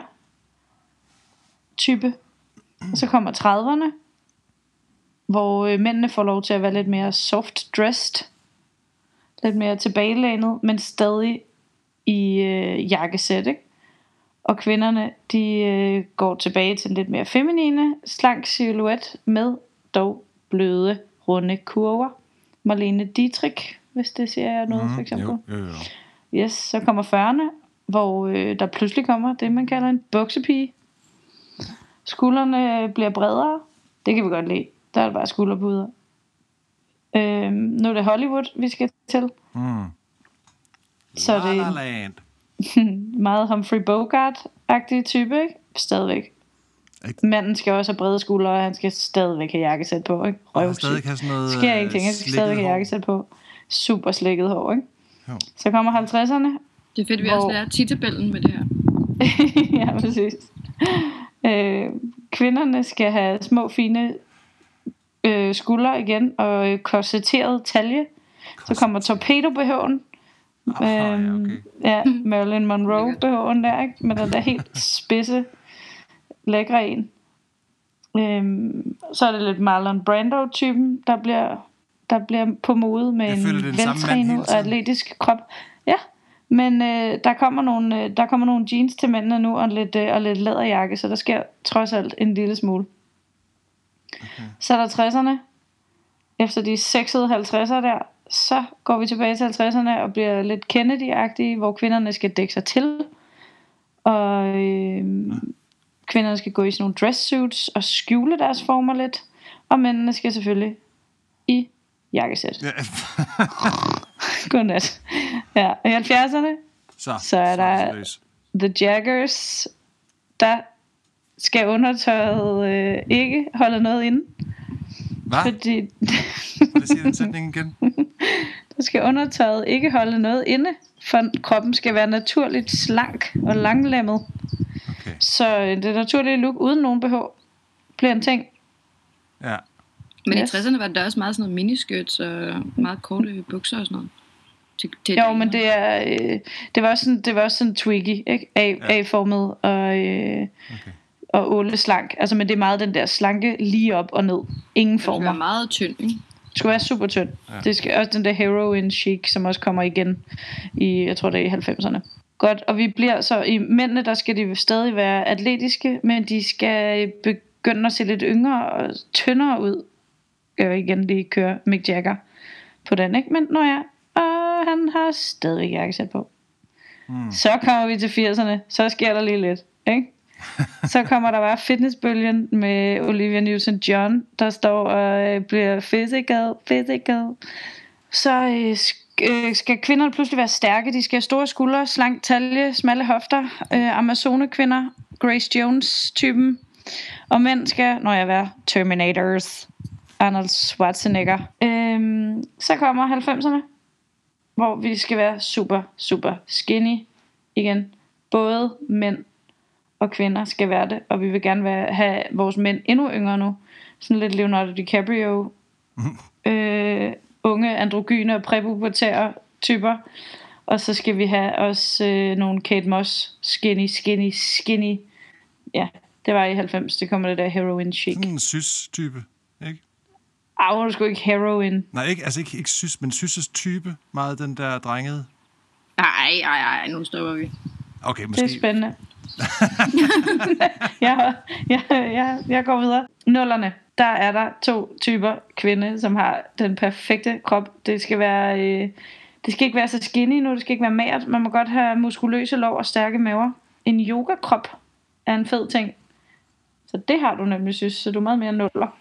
type. Og så kommer 30'erne, hvor mændene får lov til at være lidt mere soft dressed, lidt mere tilbagelænet, men stadig i jakkesæt, ikke? Og kvinderne, de går tilbage til en lidt mere feminine, slank silhuet med dog bløde, runde kurver. Marlene Dietrich, hvis det siger jeg noget, for eksempel. Jo. Yes, så kommer 40'erne, hvor der pludselig kommer det, man kalder en buksepige. Skuldrene bliver bredere. Det kan vi godt lide. Der er det bare skulderpuder. Nu er det Hollywood, vi skal til. Så er det La La Land. meget Humphrey Bogart-agtig type, ikke? Stadigvæk. Manden skal også have brede skuldre, og han skal stadigvæk have jakkesæt på, ikke? Og stadig have sådan noget sker ingenting, han skal stadigvæk have jakkesæt på. Super slækket hår, ikke? Jo. Så kommer 50'erne. Det er fedt, vi også lærer titabellen med det her. Ja, præcis. Kvinderne skal have små, fine skuldre igen, og korsetteret talje. Så kommer torpedo-BH'en. Ja, Marilyn Monroe-BH'en der, ikke? Med den der helt spidse, lækre en. Så er det lidt Marlon Brando-typen, der bliver på mode med en veltrænet og atletisk krop. Ja, men der kommer nogle jeans til mændene nu, og lidt læderjakke, så der sker trods alt en lille smule. Okay. Så er der 60'erne. Efter de sexede 50'er der, så går vi tilbage til 50'erne og bliver lidt Kennedy-agtige, hvor kvinderne skal dække sig til. Og kvinderne skal gå i sådan nogle dresssuits og skjule deres former lidt. Og mændene skal selvfølgelig i jakkesæt. Ja. Godnat. Ja, og i 70'erne, så er der The Jaggers. Der skal undertøjet ikke holde noget inde. Hvad? Fordi Hvad siger den sætning igen? Der skal undertøjet ikke holde noget inde, for kroppen skal være naturligt slank og langlemmet. Okay. Så det naturlige look uden nogen BH bliver en ting. Ja. Men i 60'erne var der også meget sådan noget miniskirts og meget korte bukser og sådan noget. Jo, men det var også sådan Twiggy, ikke? A-formet og åleslank. Altså, men det er meget den der slanke lige op og ned. Ingen former. Det skal være meget tynd, ikke? Det skal være super tynd. Ja. Det skal også den der heroin chic, som også kommer igen i, jeg tror det er i 90'erne. Godt, og vi bliver så i mændene, der skal de stadig være atletiske, men de skal begynde at se lidt yngre og tyndere ud. Igen lige køre Mick Jagger på den, ikke? Men og han har stadig jakkesæt på. Så kommer vi til 80'erne, så sker der lige lidt, ikke? Så kommer der bare fitnessbølgen med Olivia Newton-John, der står og bliver physical. Så skal kvinderne pludselig være stærke. De skal have store skuldre, slank talje, smalle hofter, Amazone-kvinder, Grace Jones-typen. Og mænd skal, være Terminators, Arnold Schwarzenegger. Så kommer 90'erne, hvor vi skal være super, super skinny igen. Både mænd og kvinder skal være det, og vi vil gerne have vores mænd endnu yngre nu. Sådan lidt Leonardo DiCaprio. Unge, androgyne og præpubertære typer. Og så skal vi have også nogle Kate Moss skinny. Ja, det var i 90. Det kommer det der heroin chic. Sådan en sys-type, ikke? Hun er sgu ikke heroin. Nej, ikke sys, men sys' type. Meget den der drengede. Nej, nu stopper vi. Okay, måske. Det er spændende. Jeg går videre. Nullerne. Der er der 2 typer kvinde, som har den perfekte krop. Det skal ikke være så skinny nu. Det skal ikke være magert. Man må godt have muskuløse lår og stærke maver. En yogakrop er en fed ting. Så det har du nemlig, synes. Så du er meget mere nuller.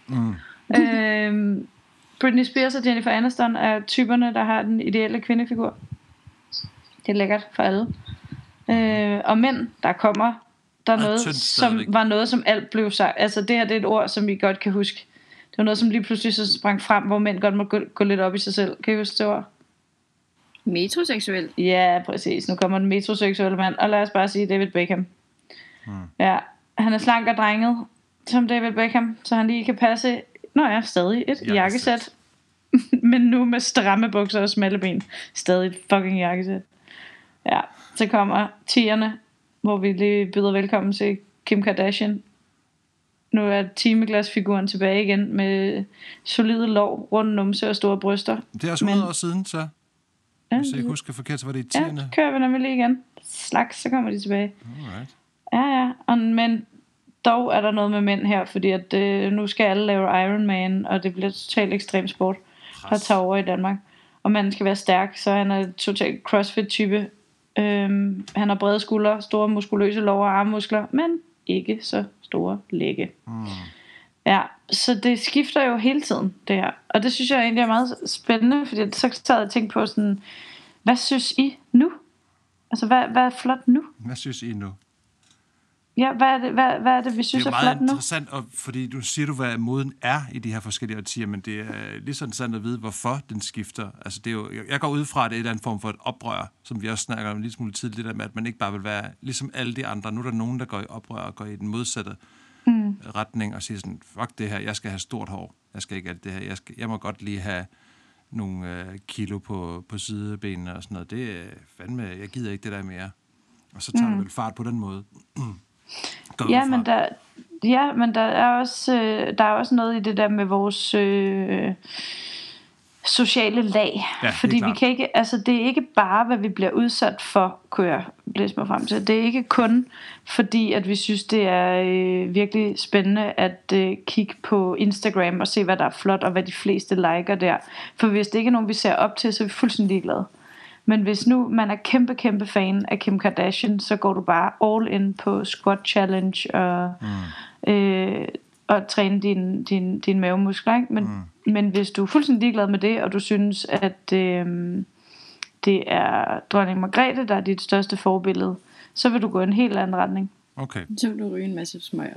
Britney Spears og Jennifer Aniston er typerne, der har den ideelle kvindefigur. Det er lækkert for alle. Og mænd, der er noget, som var noget, som alt blev sagt. Altså det her, det er et ord, som vi godt kan huske. Det var noget, som lige pludselig så sprang frem, hvor mænd godt må gå lidt op i sig selv. Kan I huske det ord? Metroseksuel. Ja, præcis. Nu kommer den metroseksuelle mand. Og lad os bare sige David Beckham. Ja, han er slank og drenget som David Beckham, så han lige kan passe, stadig et jakkesæt. Men nu med stramme bukser og smalle ben. Stadig et fucking jakkesæt. Ja, så kommer 10'erne, hvor vi lige byder velkommen til Kim Kardashian. Nu er timeglasfiguren tilbage igen med solide lår, rund numse og store bryster. Det er også 100 år siden, så hvis jeg ikke husker forkert, så var det i 10'erne. Ja, kører vi nemlig lige igen. Slags, så kommer de tilbage. Alright. Ja, men dog er der noget med mænd her, fordi at nu skal alle lave Ironman, og det bliver totalt ekstrem sport, der tager over i Danmark. Og manden skal være stærk, så han er totalt CrossFit-type. Han har brede skuldre, store muskuløse lår og armmuskler, men ikke så store lægge. Ja, så det skifter jo hele tiden, det her. Og det synes jeg egentlig er meget spændende, fordi så sad jeg og tænkte på sådan, hvad synes I nu? Altså, hvad er flot nu? Hvad synes I nu? Ja, hvad er det vi synes er flot nu? Det er meget interessant, fordi du siger, hvad moden er i de her forskellige årtier, men det er lige så interessant at vide, hvorfor den skifter. Altså, det er jo, jeg går ud fra, at det er en eller anden form for et oprør, som vi også snakker om en lille smule tidligt, det der med, at man ikke bare vil være ligesom alle de andre. Nu er der nogen, der går i oprør og går i den modsatte retning og siger sådan, fuck det her, jeg skal have stort hår. Jeg skal ikke alt det her. Jeg må godt lige have nogle kilo på sidebenene og sådan noget. Det er fandme, jeg gider ikke det der mere. Og så tager du vel fart på den måde. Men der er også noget i det der med vores sociale lag, fordi vi kan ikke, altså det er ikke bare hvad vi bliver udsat for, kunne jeg læse mig frem til. Det er ikke kun fordi at vi synes det er virkelig spændende at kigge på Instagram og se hvad der er flot og hvad de fleste liker der. For hvis det ikke er nogen vi ser op til, så er vi fuldstændig ligeglade. Men hvis nu man er kæmpe fan af Kim Kardashian, så går du bare all in på squat challenge og træne din mavemuskler, ikke? Men hvis du er fuldstændig ligeglad med det, og du synes at det er dronning Margrethe, der er dit største forbillede, så vil du gå i en helt anden retning. Okay. Så vil du ryge en masse smøger.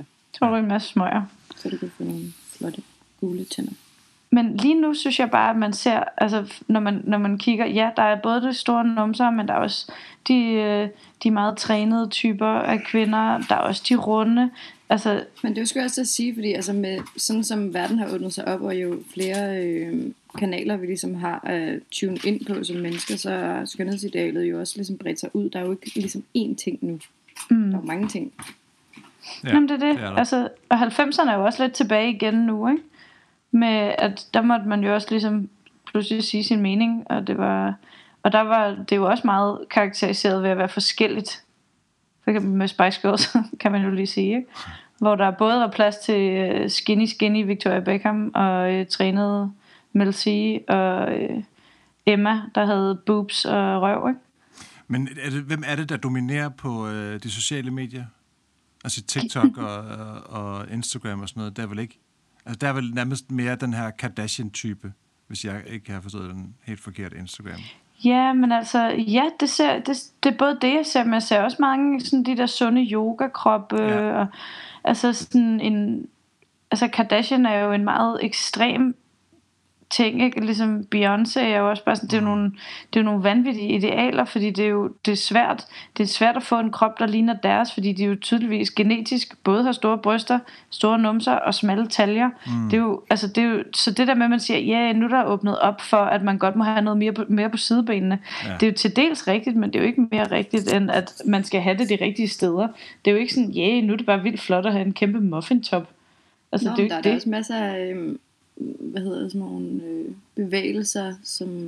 Så du kan få nogle flotte gule tænder. Men lige nu synes jeg bare, at man ser, altså når man kigger, ja, der er både de store numser, men der er også de meget trænede typer af kvinder, der er også de runde. Altså, men det skal jeg også at sige, fordi altså med, sådan som verden har åbnet sig op, og jo flere kanaler vi ligesom har tune ind på som mennesker, så er skønhedsidealet jo også ligesom bredt sig ud. Der er jo ikke ligesom én ting nu. Der er jo mange ting. Ja, jamen det er det. Altså, og 90'erne er jo også lidt tilbage igen nu, ikke? Med at der måtte man jo også ligesom pludselig sige sin mening, og der var det jo også meget karakteriseret ved at være forskelligt. For eksempel med Spice Girls kan man jo lige sige, ikke? Hvor der både var plads til skinny Victoria Beckham og trænede Mel C og Emma, der havde boobs og røv, ikke? Men hvem er det der dominerer på de sociale medier? Altså TikTok og Instagram og sådan noget, der er vel ikke. Altså, der er vel nærmest mere den her Kardashian-type, hvis jeg ikke har forstået den helt forkert Instagram. Ja, men altså, ja, det er både det, jeg ser, men jeg ser også mange sådan de der sunde yoga-kroppe, og altså sådan altså Kardashian er jo en meget ekstrem ting, ikke? Ligesom Beyoncé er jo også bare sådan, det er jo nogle vanvittige idealer, fordi det er svært at få en krop der ligner deres, fordi de jo tydeligvis genetisk både har store bryster, store numser og smalle taljer. Det er jo så det der med at man siger, ja, nu der er åbnet op for at man godt må have noget mere på sidebenene. Det er jo til dels rigtigt, men det er jo ikke mere rigtigt end at man skal have det de rigtige steder. Det er jo ikke sådan, ja, nu er det bare vildt flot at have en kæmpe muffintop. Altså, det er jo ikke der er også masser af sådan nogle bevægelser, som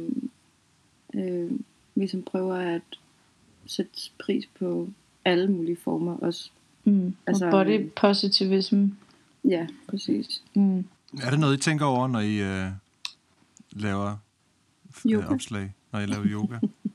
ligesom prøver at sætte pris på alle mulige former også. Altså, body positivism. Ja, præcis. Er det noget I tænker over, når I laver opslag, når I laver yoga?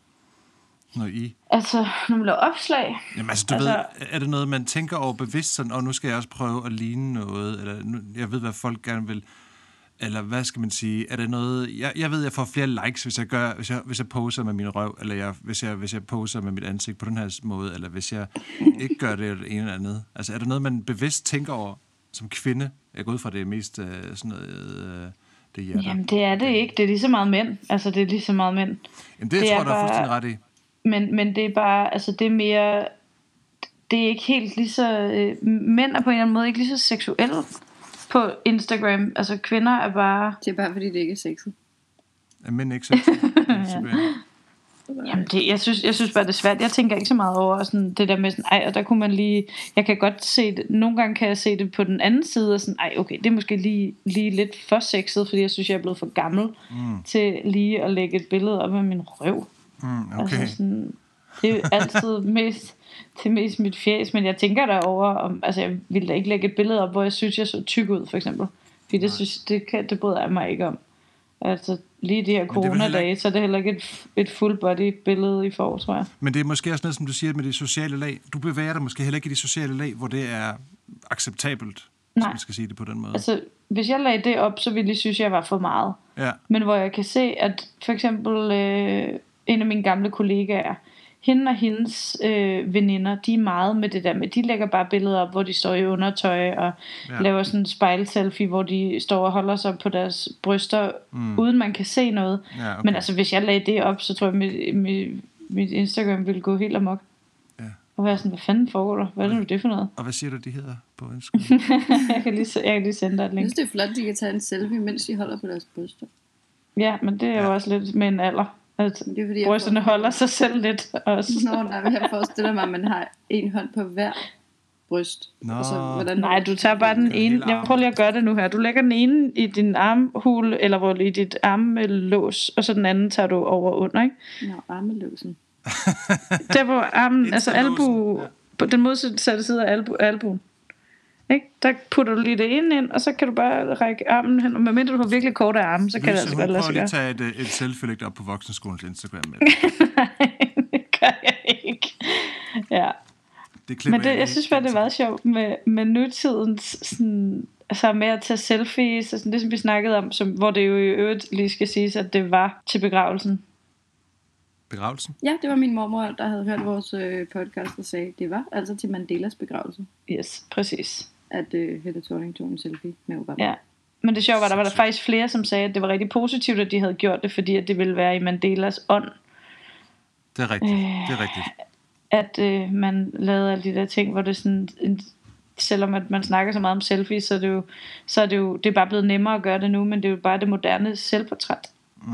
Når man laver opslag? Jamen altså, du ved, er det noget, man tænker over bevidst, sådan, og nu skal jeg også prøve at ligne noget, eller jeg ved, hvad folk gerne vil. Eller hvad skal man sige? Er det noget? Jeg ved, jeg får flere likes, hvis jeg poser med min røv, eller hvis jeg poser med mit ansigt på den her måde, eller hvis jeg ikke gør det eller ene eller andet. Altså, er det noget, man bevidst tænker over som kvinde? Jeg går ud fra det mest sådan noget. Det hjerter. Jamen, det er det ikke. Det er lige så meget mænd. Altså, det er lige så meget mænd. Jamen, det tror jeg, der er fuldstændig ret i. Men det er bare, altså, det er mere. Det er ikke helt lige så. Mænd er på en eller anden måde ikke lige så seksuelle på Instagram. Altså kvinder er bare. Det er bare fordi det ikke er sexet. Er mænd ikke sexet? Jamen jeg synes bare det er svært. Jeg tænker ikke så meget over sådan, det der med sådan, og der kunne man lige. Jeg kan godt se det. Nogle gange kan jeg se det på den anden side og sådan, okay, det er måske lige lidt for sexet, fordi jeg synes jeg er blevet for gammel til lige at lægge et billede op af min røv. Okay. Altså sådan, det er jo altid mest mit fjæs, men jeg tænker derover om, altså jeg ville da ikke lægge et billede op, hvor jeg synes jeg så tyk ud, for eksempel. Fordi det bryder jeg mig ikke om. Altså lige de her coronadage, så er det heller ikke et full body billede, I får, tror jeg. Men det er måske også noget, som du siger med de sociale lag. Du bevæger dig måske heller ikke i de sociale lag, hvor det er acceptabelt, hvis man skal sige det på den måde. Altså, hvis jeg lagde det op, så ville I synes, jeg var for meget. Ja. Men hvor jeg kan se, at for eksempel en af mine gamle kollegaer, hende og hendes veninder, de er meget med det der med, de lægger bare billeder op, hvor de står i undertøj og laver sådan en spejlselfie, hvor de står og holder sig på deres bryster, uden man kan se noget. Ja, okay. Men altså, hvis jeg lagde det op, så tror jeg, mit Instagram ville gå helt amok. Ja. Og være sådan, hvad fanden foregår der? Hvad er det nu det for noget? Og hvad siger du, de hedder på Instagram? jeg kan lige sende dig et link. Jeg synes, det er flot, de kan tage en selfie, mens de holder på deres bryster. Ja, men det er jo også lidt med en alder. At brysterne holder sig selv lidt også. Nå, nej, men jeg forestiller mig, at man har en hånd på hver bryst. Så, nej, du tager bare den ene. Jeg prøver lige at gøre det nu her. Du lægger den ene i din armhule, eller i dit armelås, og så den anden tager du over under, ikke? Nå, armelåsen. Der hvor armen, altså albu, på den modsatte side af albuen. Ikke? Der putter du lige det ene ind, og så kan du bare række armen hen. Og medmindre du har virkelig korte arme, så kan det altså godt lade sig gøre. Prøv lige at tage et selfie op på Voksenskolens Instagram med. Nej, det gør jeg ikke. Ja. Men jeg synes bare, det er meget sjovt med nutidens sådan, altså med at tage selfies, og sådan, det som vi snakkede om, hvor det jo i øvrigt lige skal siges, at det var til begravelsen. Begravelsen? Ja, det var min mormor, der havde hørt vores podcast og sagde, det var altså til Mandelas begravelse. Yes, præcis. At Helle Thorning tog en selfie med Obama. Ja, men det sjove var, der var der faktisk flere, som sagde, at det var rigtig positivt, at de havde gjort det, fordi at det ville være i Mandelas ånd. Det er rigtigt, det er rigtigt. At man lavede alle de der ting, hvor det sådan, selvom at man snakker så meget om selfies, så er det er bare blevet nemmere at gøre det nu, men det er jo bare det moderne selvportræt.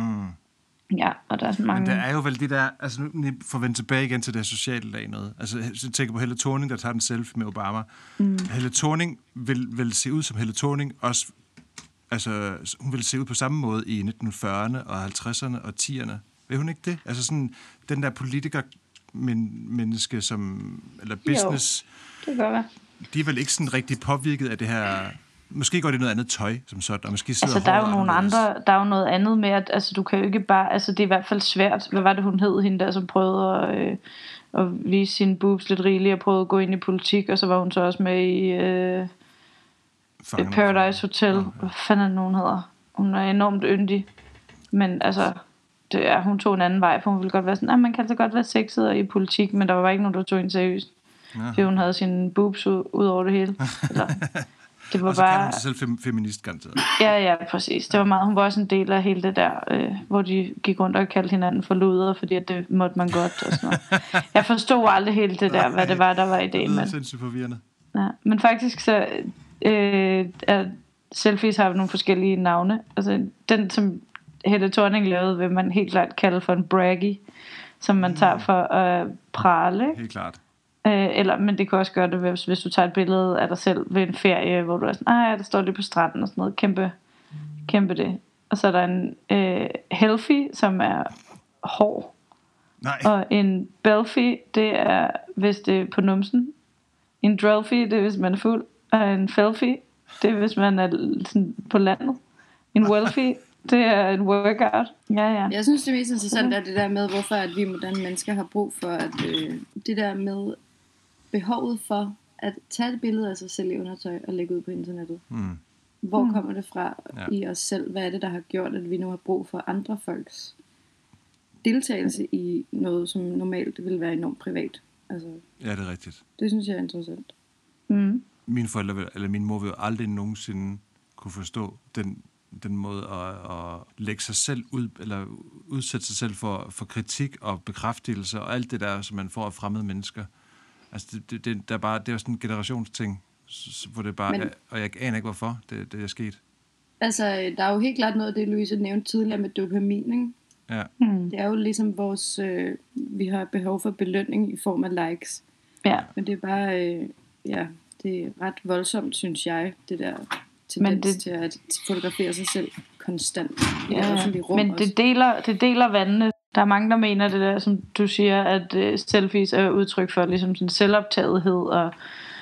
Ja, og der er sådan mange... Men der er jo vel de der, altså nu får vende tilbage igen til det sociale lag noget. Altså jeg tænker på Helle Thorning, der tager en selfie med Obama. Helle Thorning vil se ud som Helle Thorning også, altså hun vil se ud på samme måde i 1940'erne og 50'erne og 10'erne. Vil hun ikke det? Altså sådan den der politiker-menneske som, eller business... Jo, det kan godt være. De er vel ikke sådan rigtig påvirket af det her... Måske går det noget andet tøj som sådan, og måske sidder altså der er jo nogle andre, der er jo noget andet med at altså du kan jo ikke bare, altså det er i hvert fald svært. Hvad var det hun hed, hende der som prøvede at vise sine boobs lidt rigeligt og prøvede at gå ind i politik, og så var hun så også med i Paradise Hotel. Hvad fanden er det, hun hedder? Hun er enormt yndig, men altså hun tog en anden vej, for hun ville godt være sådan, man kan altså godt være sexet i politik, men der var ikke nogen, der tog hende seriøst. Fordi hun havde sine boobs ud over det hele. Eller, det var og så bare... kan hun sig selv feminist garanteret. Ja, præcis. Det var meget, hun var også en del af hele det der, hvor de gik rundt og kaldte hinanden for luder, fordi at det måtte man godt og sådan noget. Jeg forstod aldrig helt det der, hvad det var, der var ideen. Det er sindssygt forvirrende. Ja, men faktisk så selfies har nogle forskellige navne. Altså den, som Helle Thorning lavede, vil man helt klart kalde for en braggy, som man tager for at prale. Helt klart. Men det kan også gøre det, hvis du tager et billede af dig selv ved en ferie, hvor du er sådan, der står lige på stranden og sådan noget, kæmpe det. Og så er der en healthy, som er hård. Nej. Og en belfie, det er hvis det er på numsen. En drelfie, det er hvis man er fuld. Og en felfie, det er hvis man er sådan på landet. En wealthy, det er en workout. Ja. Jeg synes det mest interessant er det der med, hvorfor at vi moderne mennesker har brug for at det der med behovet for at tage et billede af sig selv i undertøj og lægge ud på internettet. Hvor kommer det fra i os selv? Hvad er det, der har gjort, at vi nu har brug for andre folks deltagelse i noget, som normalt vil være enormt privat? Altså, ja, det er rigtigt. Det synes jeg er interessant. Mine forældre, eller min mor vil jo aldrig nogensinde kunne forstå den måde at lægge sig selv ud, eller udsætte sig selv for kritik og bekræftelse og alt det der, som man får af fremmede mennesker. Altså det er jo sådan en generationsting, hvor det bare og jeg aner ikke hvorfor det er sket. Altså der er jo helt klart noget af det, Louise nævnte tidligere med dopamin, ikke? Ja. Det er jo ligesom vores vi har behov for belønning i form af likes. Ja. Men det er bare det er ret voldsomt, synes jeg, det der tendens til at fotografere sig selv konstant i det offentlige rum. Men det deler vandene. Der er mange, der mener det der, som du siger, at selfies er udtryk for ligesom sådan selvoptagethed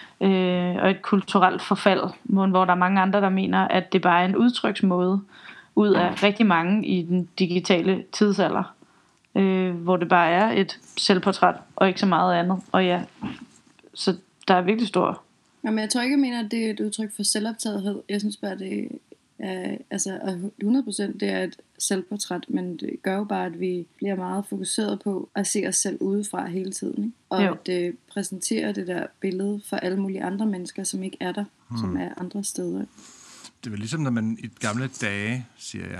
og et kulturelt forfald, hvor der er mange andre, der mener, at det bare er en udtryksmåde ud af rigtig mange i den digitale tidsalder, hvor det bare er et selvportræt og ikke så meget andet. Og ja, så der er virkelig stor. Jamen, jeg tror ikke, jeg mener, at det er et udtryk for selvoptagethed. Jeg synes bare, det er, altså 100% det er et selvportræt, men det gør jo bare, at vi bliver meget fokuseret på at se os selv udefra hele tiden, ikke? Og Jo. at præsentere det der billede for alle mulige andre mennesker, som ikke er der, som er andre steder. Det var ligesom, når man i gamle dage, siger jeg,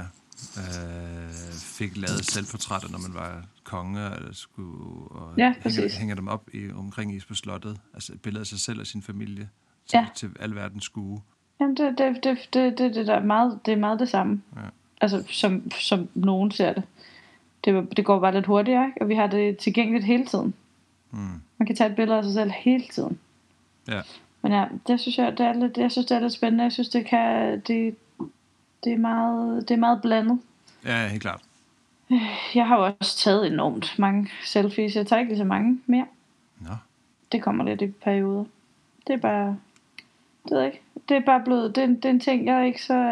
fik lavet selvportrætter, når man var konge, eller skulle og Ja, præcis. hænger dem op omkring i på slottet. Altså et billede af sig selv og sin familie til al verdens skue. Jamen, det der er meget, det er meget det samme. Ja. Altså, som nogen ser det. Det går bare lidt hurtigere, ikke? Og vi har det tilgængeligt hele tiden. Man kan tage et billede af sig selv hele tiden. Ja. Men ja, det synes jeg, jeg synes, det er lidt spændende. Jeg synes, det er meget blandet. Ja, helt klart. Jeg har jo også taget enormt mange selfies. Jeg tager ikke lige så mange mere. Nå. Det kommer lidt i perioder. Det er bare... Det ved jeg ikke. Det er bare blevet... Det er en ting, jeg er ikke så...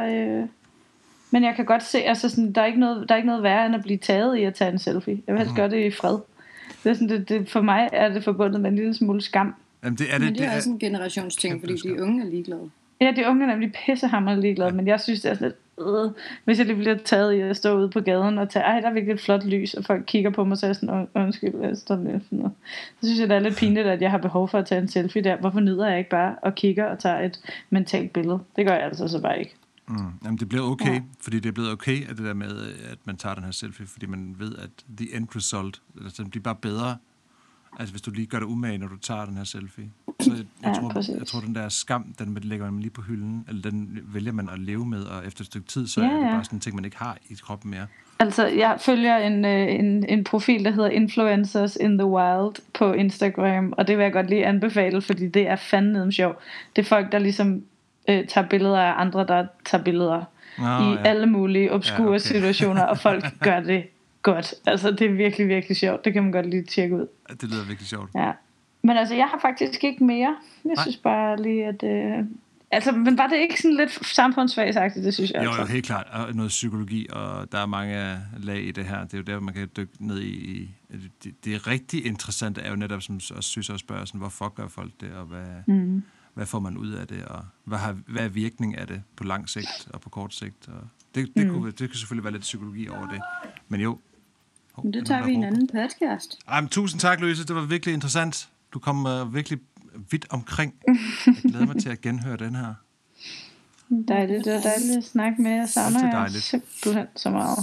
Men jeg kan godt se, altså sådan, der er ikke noget værre end at blive taget i at tage en selfie. Jeg vil helst gøre det i fred. Det er sådan, det, for mig er det forbundet med en lille smule skam. Jamen, Men det er også en generationsting, fordi de unge er ligeglade. Ja, de unge er nemlig pissehammerende ligeglade, men jeg synes, det er sådan lidt... Hvis jeg lige bliver taget i at stå ude på gaden og tage, der er virkelig et flot lys, og folk kigger på mig, så er jeg sådan, undskyld, jeg står lidt sådan noget. Så synes jeg, det er lidt pinligt, at jeg har behov for at tage en selfie der. Hvorfor nyder jeg ikke bare og kigger og tager et mentalt billede? Det gør jeg altså så bare ikke. Jamen, det bliver okay, fordi det er blevet okay, at det der med, at man tager den her selfie, fordi man ved, at the end result, altså, det bliver bare bedre, altså hvis du lige gør det umage, når du tager den her selfie. Så jeg tror, den der skam, den lægger man lige på hylden, eller den vælger man at leve med, og efter et stykke tid, så er det bare sådan en ting, man ikke har i kroppen mere. Altså, jeg følger en profil, der hedder Influencers in the Wild på Instagram, og det vil jeg godt lige anbefale, fordi det er fandme sjov. Det er folk, der ligesom tager billeder af andre, der tager billeder alle mulige obskure situationer, og folk gør det godt. Altså, det er virkelig, virkelig sjovt. Det kan man godt lige tjekke ud. Det lyder virkelig sjovt. Ja. Men altså, jeg har faktisk ikke mere. Jeg synes bare lige, at... Altså, men var det ikke sådan lidt samfundsfagsagtigt, det synes jeg altså. Jo, helt klart. Og noget psykologi, og der er mange lag i det her. Det er jo der, man kan dykke ned i. Det er rigtig interessant, er jo netop, som også synes at spørge, sådan, hvorfor gør folk det, og hvad får man ud af det, og hvad er virkningen af det på lang sigt og på kort sigt. Og det kan selvfølgelig være lidt psykologi over det. Men jo. Men det tager vi i en anden podcast. Tusind tak, Louise. Det var virkelig interessant. Du kom virkelig vidt omkring. Jeg glæder mig til at genhøre den her. Dejligt. Det var dejligt at snakke med. Jeg savner jer simpelthen så meget.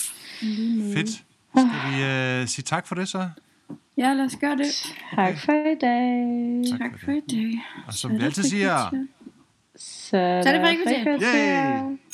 Fedt. Skal vi sige tak for det så? Ja, lad os gøre det. Tak for i dag. Tak for i dag. Og som vi altid siger... Så er det frikvarter.